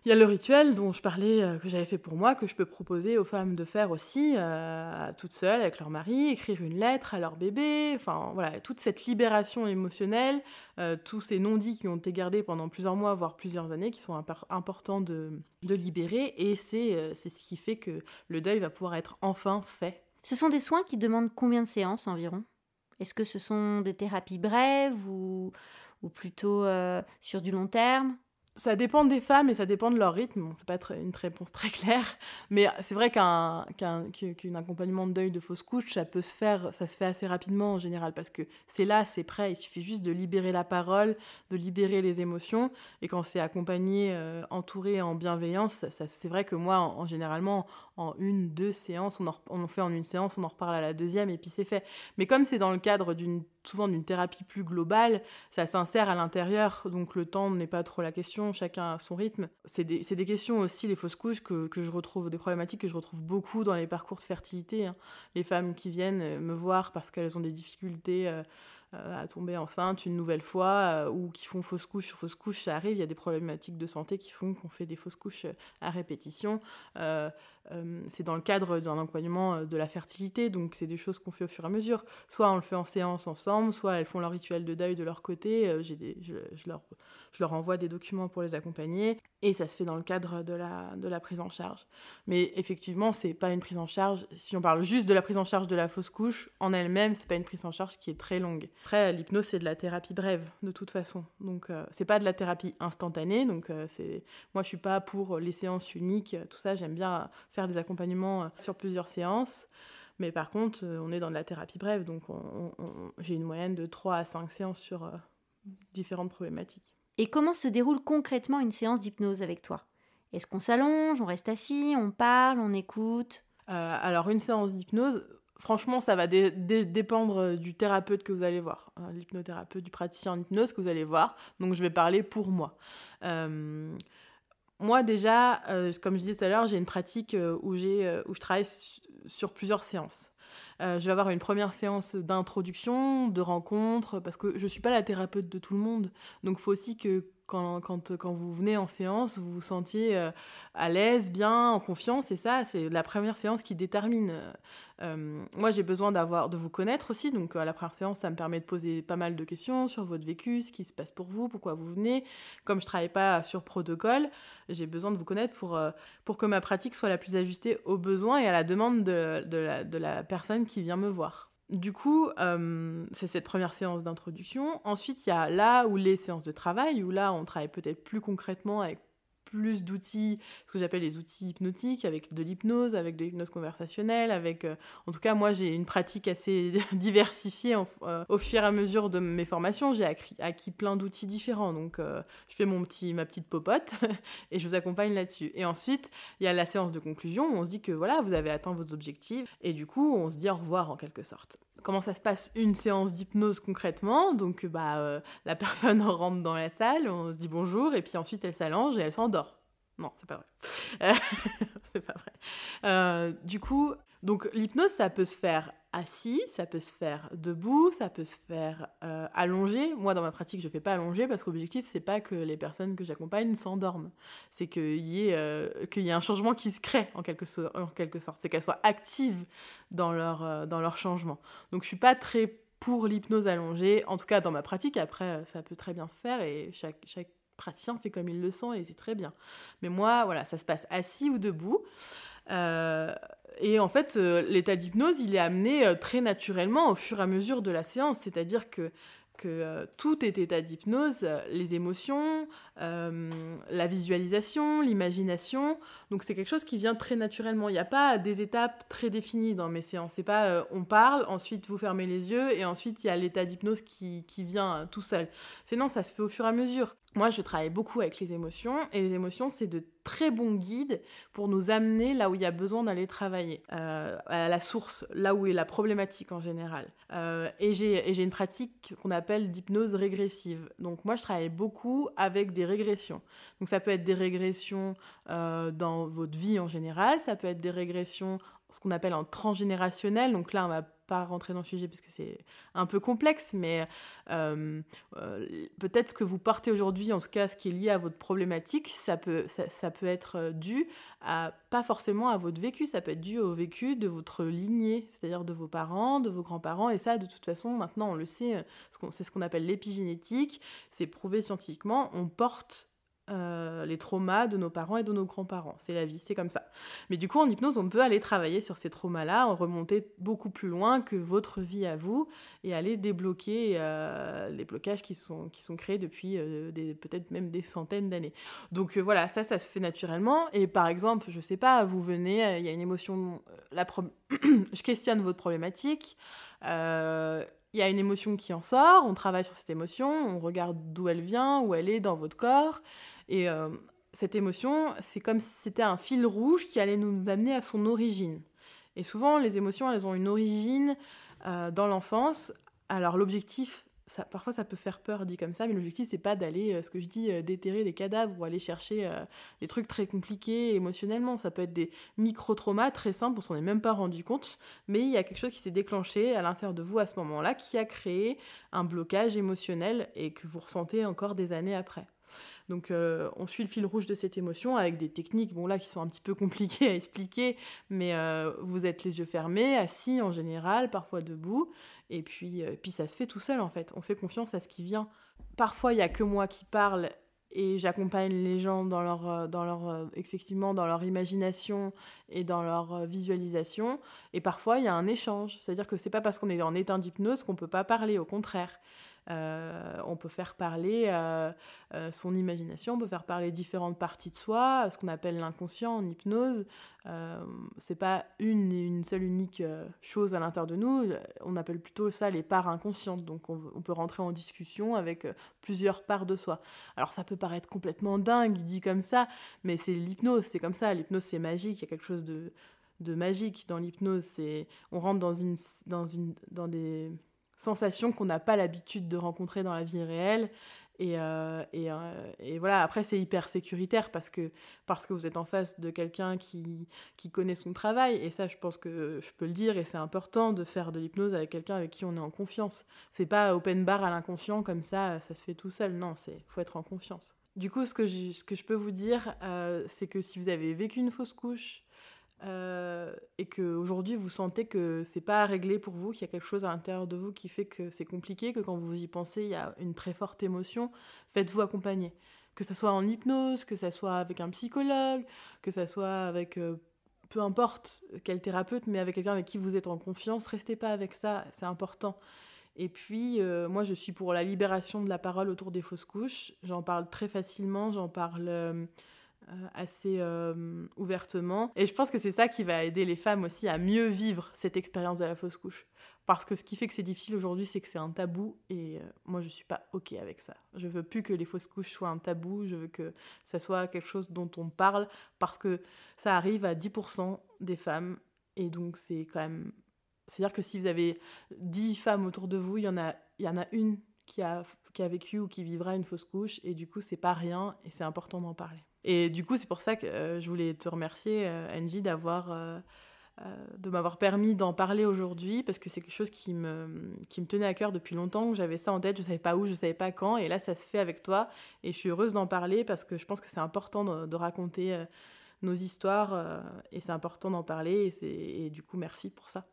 Il y a le rituel dont je parlais, euh, que j'avais fait pour moi, que je peux proposer aux femmes de faire aussi, euh, toutes seules, avec leur mari, écrire une lettre à leur bébé, enfin voilà, toute cette libération émotionnelle, euh, tous ces non-dits qui ont été gardés pendant plusieurs mois, voire plusieurs années, qui sont imp- importants de, de libérer, et c'est, euh, c'est ce qui fait que le deuil va pouvoir être enfin fait. Ce sont des soins qui demandent combien de séances environ ? Est-ce que ce sont des thérapies brèves ou, ou plutôt euh, sur du long terme ? Ça dépend des femmes et ça dépend de leur rythme. Bon, c'est pas très, une réponse très claire, mais c'est vrai qu'un, qu'un, qu'un accompagnement de deuil de fausse couche, ça peut se faire, ça se fait assez rapidement en général, parce que c'est là, c'est prêt, il suffit juste de libérer la parole, de libérer les émotions, et quand c'est accompagné, euh, entouré en bienveillance, ça, ça, c'est vrai que moi, en, en généralement, en une, deux séances, on en, on en fait en une séance, on en reparle à la deuxième, et puis c'est fait. Mais comme c'est dans le cadre d'une souvent d'une thérapie plus globale, ça s'insère à l'intérieur, donc le temps n'est pas trop la question, chacun a son rythme. C'est des, c'est des questions aussi, les fausses couches, que, que je retrouve, des problématiques que je retrouve beaucoup dans les parcours de fertilité. Hein. Les femmes qui viennent me voir parce qu'elles ont des difficultés euh, à tomber enceinte une nouvelle fois, euh, ou qui font fausse couche sur fausse couche, ça arrive, il y a des problématiques de santé qui font qu'on fait des fausses couches à répétition. Euh, euh, c'est dans le cadre d'un accompagnement de la fertilité, donc c'est des choses qu'on fait au fur et à mesure. Soit on le fait en séance ensemble, soit elles font leur rituel de deuil de leur côté, euh, j'ai des, je, je, leur, je leur envoie des documents pour les accompagner, et ça se fait dans le cadre de la, de la prise en charge. Mais effectivement, c'est pas une prise en charge, si on parle juste de la prise en charge de la fausse couche, en elle-même, c'est pas une prise en charge qui est très longue. Après, l'hypnose, c'est de la thérapie brève, de toute façon. Donc, euh, c'est pas de la thérapie instantanée. Donc, euh, c'est... moi, je suis pas pour les séances uniques, tout ça. J'aime bien faire des accompagnements sur plusieurs séances. Mais par contre, euh, on est dans de la thérapie brève. Donc, on, on, on... j'ai une moyenne de trois à cinq séances sur euh, différentes problématiques. Et comment se déroule concrètement une séance d'hypnose avec toi ? Est-ce qu'on s'allonge, on reste assis, on parle, on écoute ? euh, Alors, une séance d'hypnose... Franchement, ça va dé- dé- dépendre du thérapeute que vous allez voir, hein, l'hypnothérapeute, du praticien en hypnose que vous allez voir. Donc, je vais parler pour moi. Euh, moi, déjà, euh, comme je disais tout à l'heure, j'ai une pratique où, j'ai, euh, où je travaille su- sur plusieurs séances. Euh, je vais avoir une première séance d'introduction, de rencontre, parce que je ne suis pas la thérapeute de tout le monde. Donc, il faut aussi que quand, quand, quand vous venez en séance, vous vous sentiez euh, à l'aise, bien, en confiance. Et ça, c'est la première séance qui détermine. Euh, moi, j'ai besoin d'avoir, de vous connaître aussi. Donc, à la première séance, ça me permet de poser pas mal de questions sur votre vécu, ce qui se passe pour vous, pourquoi vous venez. Comme je ne travaille pas sur protocole, j'ai besoin de vous connaître pour, euh, pour que ma pratique soit la plus ajustée aux besoins et à la demande de, de, la, de la personne qui vient me voir. Du coup, euh, c'est cette première séance d'introduction. Ensuite, il y a là où les séances de travail, où là, on travaille peut-être plus concrètement avec plus d'outils, ce que j'appelle les outils hypnotiques, avec de l'hypnose, avec de l'hypnose conversationnelle, avec... Euh, en tout cas, moi, j'ai une pratique assez diversifiée en, euh, au fur et à mesure de mes formations. J'ai acquis, acquis plein d'outils différents. Donc, euh, je fais mon petit, ma petite popote et je vous accompagne là-dessus. Et ensuite, il y a la séance de conclusion où on se dit que, voilà, vous avez atteint vos objectifs. Et du coup, on se dit au revoir, en quelque sorte. Comment ça se passe une séance d'hypnose concrètement ? Donc, bah, euh, la personne rentre dans la salle, on se dit bonjour, et puis ensuite, elle s'allonge et elle s'endort. Non, c'est pas vrai. Euh, c'est pas vrai. Euh, du coup, donc l'hypnose, ça peut se faire assis, ça peut se faire debout, ça peut se faire euh, allongé. Moi, dans ma pratique, je fais pas allongé parce que l'objectif, c'est pas que les personnes que j'accompagne s'endorment. C'est qu'il y ait, euh, qu'il y ait un changement qui se crée, en quelque, so- en quelque sorte. C'est qu'elles soient actives dans leur, euh, dans leur changement. Donc, je suis pas très pour l'hypnose allongée, en tout cas dans ma pratique. Après, ça peut très bien se faire et chaque... chaque praticien fait comme il le sent et c'est très bien. Mais moi, voilà, ça se passe assis ou debout. Euh, et en fait, euh, l'état d'hypnose, il est amené euh, très naturellement au fur et à mesure de la séance. C'est-à-dire que, que euh, tout est état d'hypnose, euh, les émotions, euh, la visualisation, l'imagination. Donc c'est quelque chose qui vient très naturellement. Il n'y a pas des étapes très définies dans mes séances. C'est pas euh, on parle, ensuite vous fermez les yeux et ensuite il y a l'état d'hypnose qui, qui vient euh, tout seul. C'est non, ça se fait au fur et à mesure. Moi, je travaille beaucoup avec les émotions, et les émotions, c'est de très bons guides pour nous amener là où il y a besoin d'aller travailler, euh, à la source, là où est la problématique en général. Euh, et, j'ai, et j'ai une pratique qu'on appelle d'hypnose régressive. Donc moi, je travaille beaucoup avec des régressions. Donc ça peut être des régressions euh, dans votre vie en général, ça peut être des régressions, ce qu'on appelle en transgénérationnel. Donc là, on va pas rentrer dans le sujet parce que c'est un peu complexe, mais euh, euh, peut-être ce que vous portez aujourd'hui, en tout cas ce qui est lié à votre problématique, ça peut, ça, ça peut être dû à, pas forcément à votre vécu, ça peut être dû au vécu de votre lignée, c'est-à-dire de vos parents, de vos grands-parents, et ça, de toute façon, maintenant, on le sait, c'est ce qu'on appelle l'épigénétique, c'est prouvé scientifiquement, on porte Euh, les traumas de nos parents et de nos grands-parents. C'est la vie, c'est comme ça. Mais du coup, en hypnose, on peut aller travailler sur ces traumas-là, en remonter beaucoup plus loin que votre vie à vous, et aller débloquer euh, les blocages qui sont, qui sont créés depuis euh, des, peut-être même des centaines d'années. Donc euh, voilà, ça, ça se fait naturellement. Et par exemple, je sais pas, vous venez, il euh, y a une émotion... La pro... je questionne votre problématique, euh, il y a une émotion qui en sort, on travaille sur cette émotion, on regarde d'où elle vient, où elle est dans votre corps. Et euh, cette émotion, c'est comme si c'était un fil rouge qui allait nous amener à son origine. Et souvent, les émotions, elles ont une origine euh, dans l'enfance. Alors l'objectif, ça, parfois ça peut faire peur dit comme ça, mais l'objectif, c'est pas d'aller, euh, ce que je dis, euh, déterrer des cadavres ou aller chercher euh, des trucs très compliqués émotionnellement. Ça peut être des micro-traumas très simples, on s'en est même pas rendu compte, mais il y a quelque chose qui s'est déclenché à l'intérieur de vous à ce moment-là qui a créé un blocage émotionnel et que vous ressentez encore des années après. Donc euh, on suit le fil rouge de cette émotion avec des techniques bon, là, qui sont un petit peu compliquées à expliquer, mais euh, vous êtes les yeux fermés, assis en général, parfois debout, et puis, euh, puis ça se fait tout seul en fait, on fait confiance à ce qui vient. Parfois il n'y a que moi qui parle et j'accompagne les gens dans leur, dans leur, effectivement, dans leur imagination et dans leur visualisation, et parfois il y a un échange, c'est-à-dire que c'est pas parce qu'on est en état d'hypnose qu'on ne peut pas parler, au contraire. Euh, on peut faire parler euh, euh, son imagination, on peut faire parler différentes parties de soi, ce qu'on appelle l'inconscient en hypnose. Euh, c'est pas une une seule unique euh, chose à l'intérieur de nous, on appelle plutôt ça les parts inconscientes, donc on, on peut rentrer en discussion avec euh, plusieurs parts de soi. Alors ça peut paraître complètement dingue dit comme ça, mais c'est l'hypnose, c'est comme ça, l'hypnose c'est magique, il y a quelque chose de, de magique dans l'hypnose, c'est, on rentre dans, une, dans, une, dans des... sensations qu'on n'a pas l'habitude de rencontrer dans la vie réelle. Et, euh, et, euh, et voilà, après, c'est hyper sécuritaire parce que, parce que vous êtes en face de quelqu'un qui, qui connaît son travail. Et ça, je pense que je peux le dire, et c'est important de faire de l'hypnose avec quelqu'un avec qui on est en confiance. C'est pas open bar à l'inconscient, comme ça, ça se fait tout seul. Non, il faut être en confiance. Du coup, ce que je, ce que je peux vous dire, euh, c'est que si vous avez vécu une fausse couche, Euh, et qu'aujourd'hui vous sentez que c'est pas réglé pour vous, qu'il y a quelque chose à l'intérieur de vous qui fait que c'est compliqué, que quand vous y pensez il y a une très forte émotion, faites-vous accompagner. Que ça soit en hypnose, que ça soit avec un psychologue, que ça soit avec euh, peu importe quel thérapeute, mais avec quelqu'un avec qui vous êtes en confiance, restez pas avec ça, c'est important. Et puis, euh, moi, je suis pour la libération de la parole autour des fausses couches. J'en parle très facilement, j'en parle... Euh, Euh, assez euh, ouvertement. Et je pense que c'est ça qui va aider les femmes aussi à mieux vivre cette expérience de la fausse couche. Parce que ce qui fait que c'est difficile aujourd'hui, c'est que c'est un tabou, et euh, moi je suis pas ok avec ça. Je veux plus que les fausses couches soient un tabou, je veux que ça soit quelque chose dont on parle, parce que ça arrive à dix pour cent des femmes, et donc c'est quand même... C'est-à-dire que si vous avez dix femmes autour de vous, il y en a, il y en a une qui a, qui a vécu ou qui vivra une fausse couche, et du coup c'est pas rien, et c'est important d'en parler. Et du coup, c'est pour ça que euh, je voulais te remercier, euh, Angie, d'avoir, euh, euh, de m'avoir permis d'en parler aujourd'hui, parce que c'est quelque chose qui me, qui me tenait à cœur depuis longtemps, que j'avais ça en tête, je ne savais pas où, je ne savais pas quand, et là, ça se fait avec toi, et je suis heureuse d'en parler, parce que je pense que c'est important de, de raconter euh, nos histoires, euh, et c'est important d'en parler, et, c'est, et du coup, merci pour ça.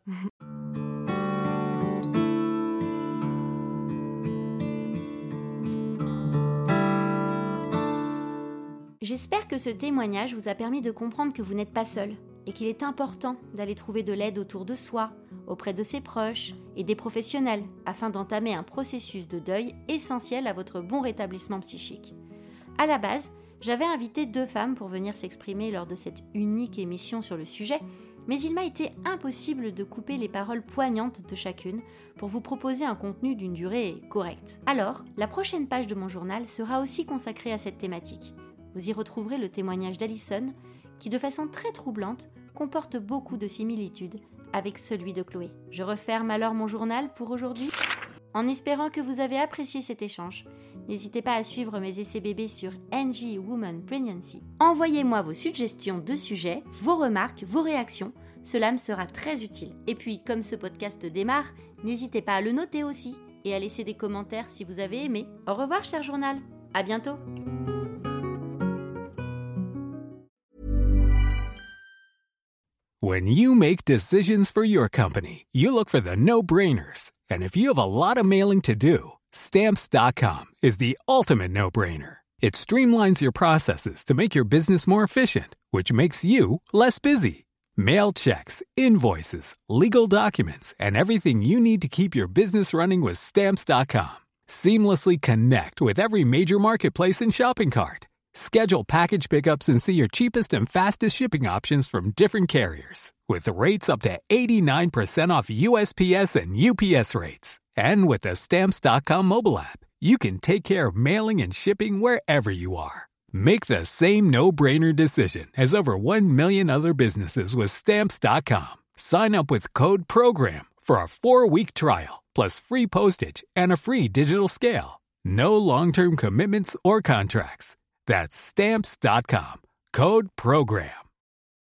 J'espère que ce témoignage vous a permis de comprendre que vous n'êtes pas seul et qu'il est important d'aller trouver de l'aide autour de soi, auprès de ses proches et des professionnels afin d'entamer un processus de deuil essentiel à votre bon rétablissement psychique. À la base, j'avais invité deux femmes pour venir s'exprimer lors de cette unique émission sur le sujet, mais il m'a été impossible de couper les paroles poignantes de chacune pour vous proposer un contenu d'une durée correcte. Alors, la prochaine page de mon journal sera aussi consacrée à cette thématique. Vous y retrouverez le témoignage d'Alison, qui de façon très troublante comporte beaucoup de similitudes avec celui de Chloé. Je referme alors mon journal pour aujourd'hui, en espérant que vous avez apprécié cet échange. N'hésitez pas à suivre mes essais bébés sur Angie Woman Pregnancy. Envoyez-moi vos suggestions de sujets, vos remarques, vos réactions cela me sera très utile. Et puis, comme ce podcast démarre, n'hésitez pas à le noter aussi et à laisser des commentaires si vous avez aimé. Au revoir, cher journal. À bientôt. When you make decisions for your company, you look for the no-brainers. And if you have a lot of mailing to do, Stamps dot com is the ultimate no-brainer. It streamlines your processes to make your business more efficient, which makes you less busy. Mail checks, invoices, legal documents, and everything you need to keep your business running with Stamps dot com. Seamlessly connect with every major marketplace and shopping cart. Schedule package pickups and see your cheapest and fastest shipping options from different carriers. With rates up to eighty-nine percent off U S P S and U P S rates. And with the Stamps dot com mobile app, you can take care of mailing and shipping wherever you are. Make the same no-brainer decision as over one million other businesses with Stamps dot com. Sign up with code PROGRAM for a four-week trial, plus free postage and a free digital scale. No long-term commitments or contracts. That's Stamps dot com. Code PROGRAM.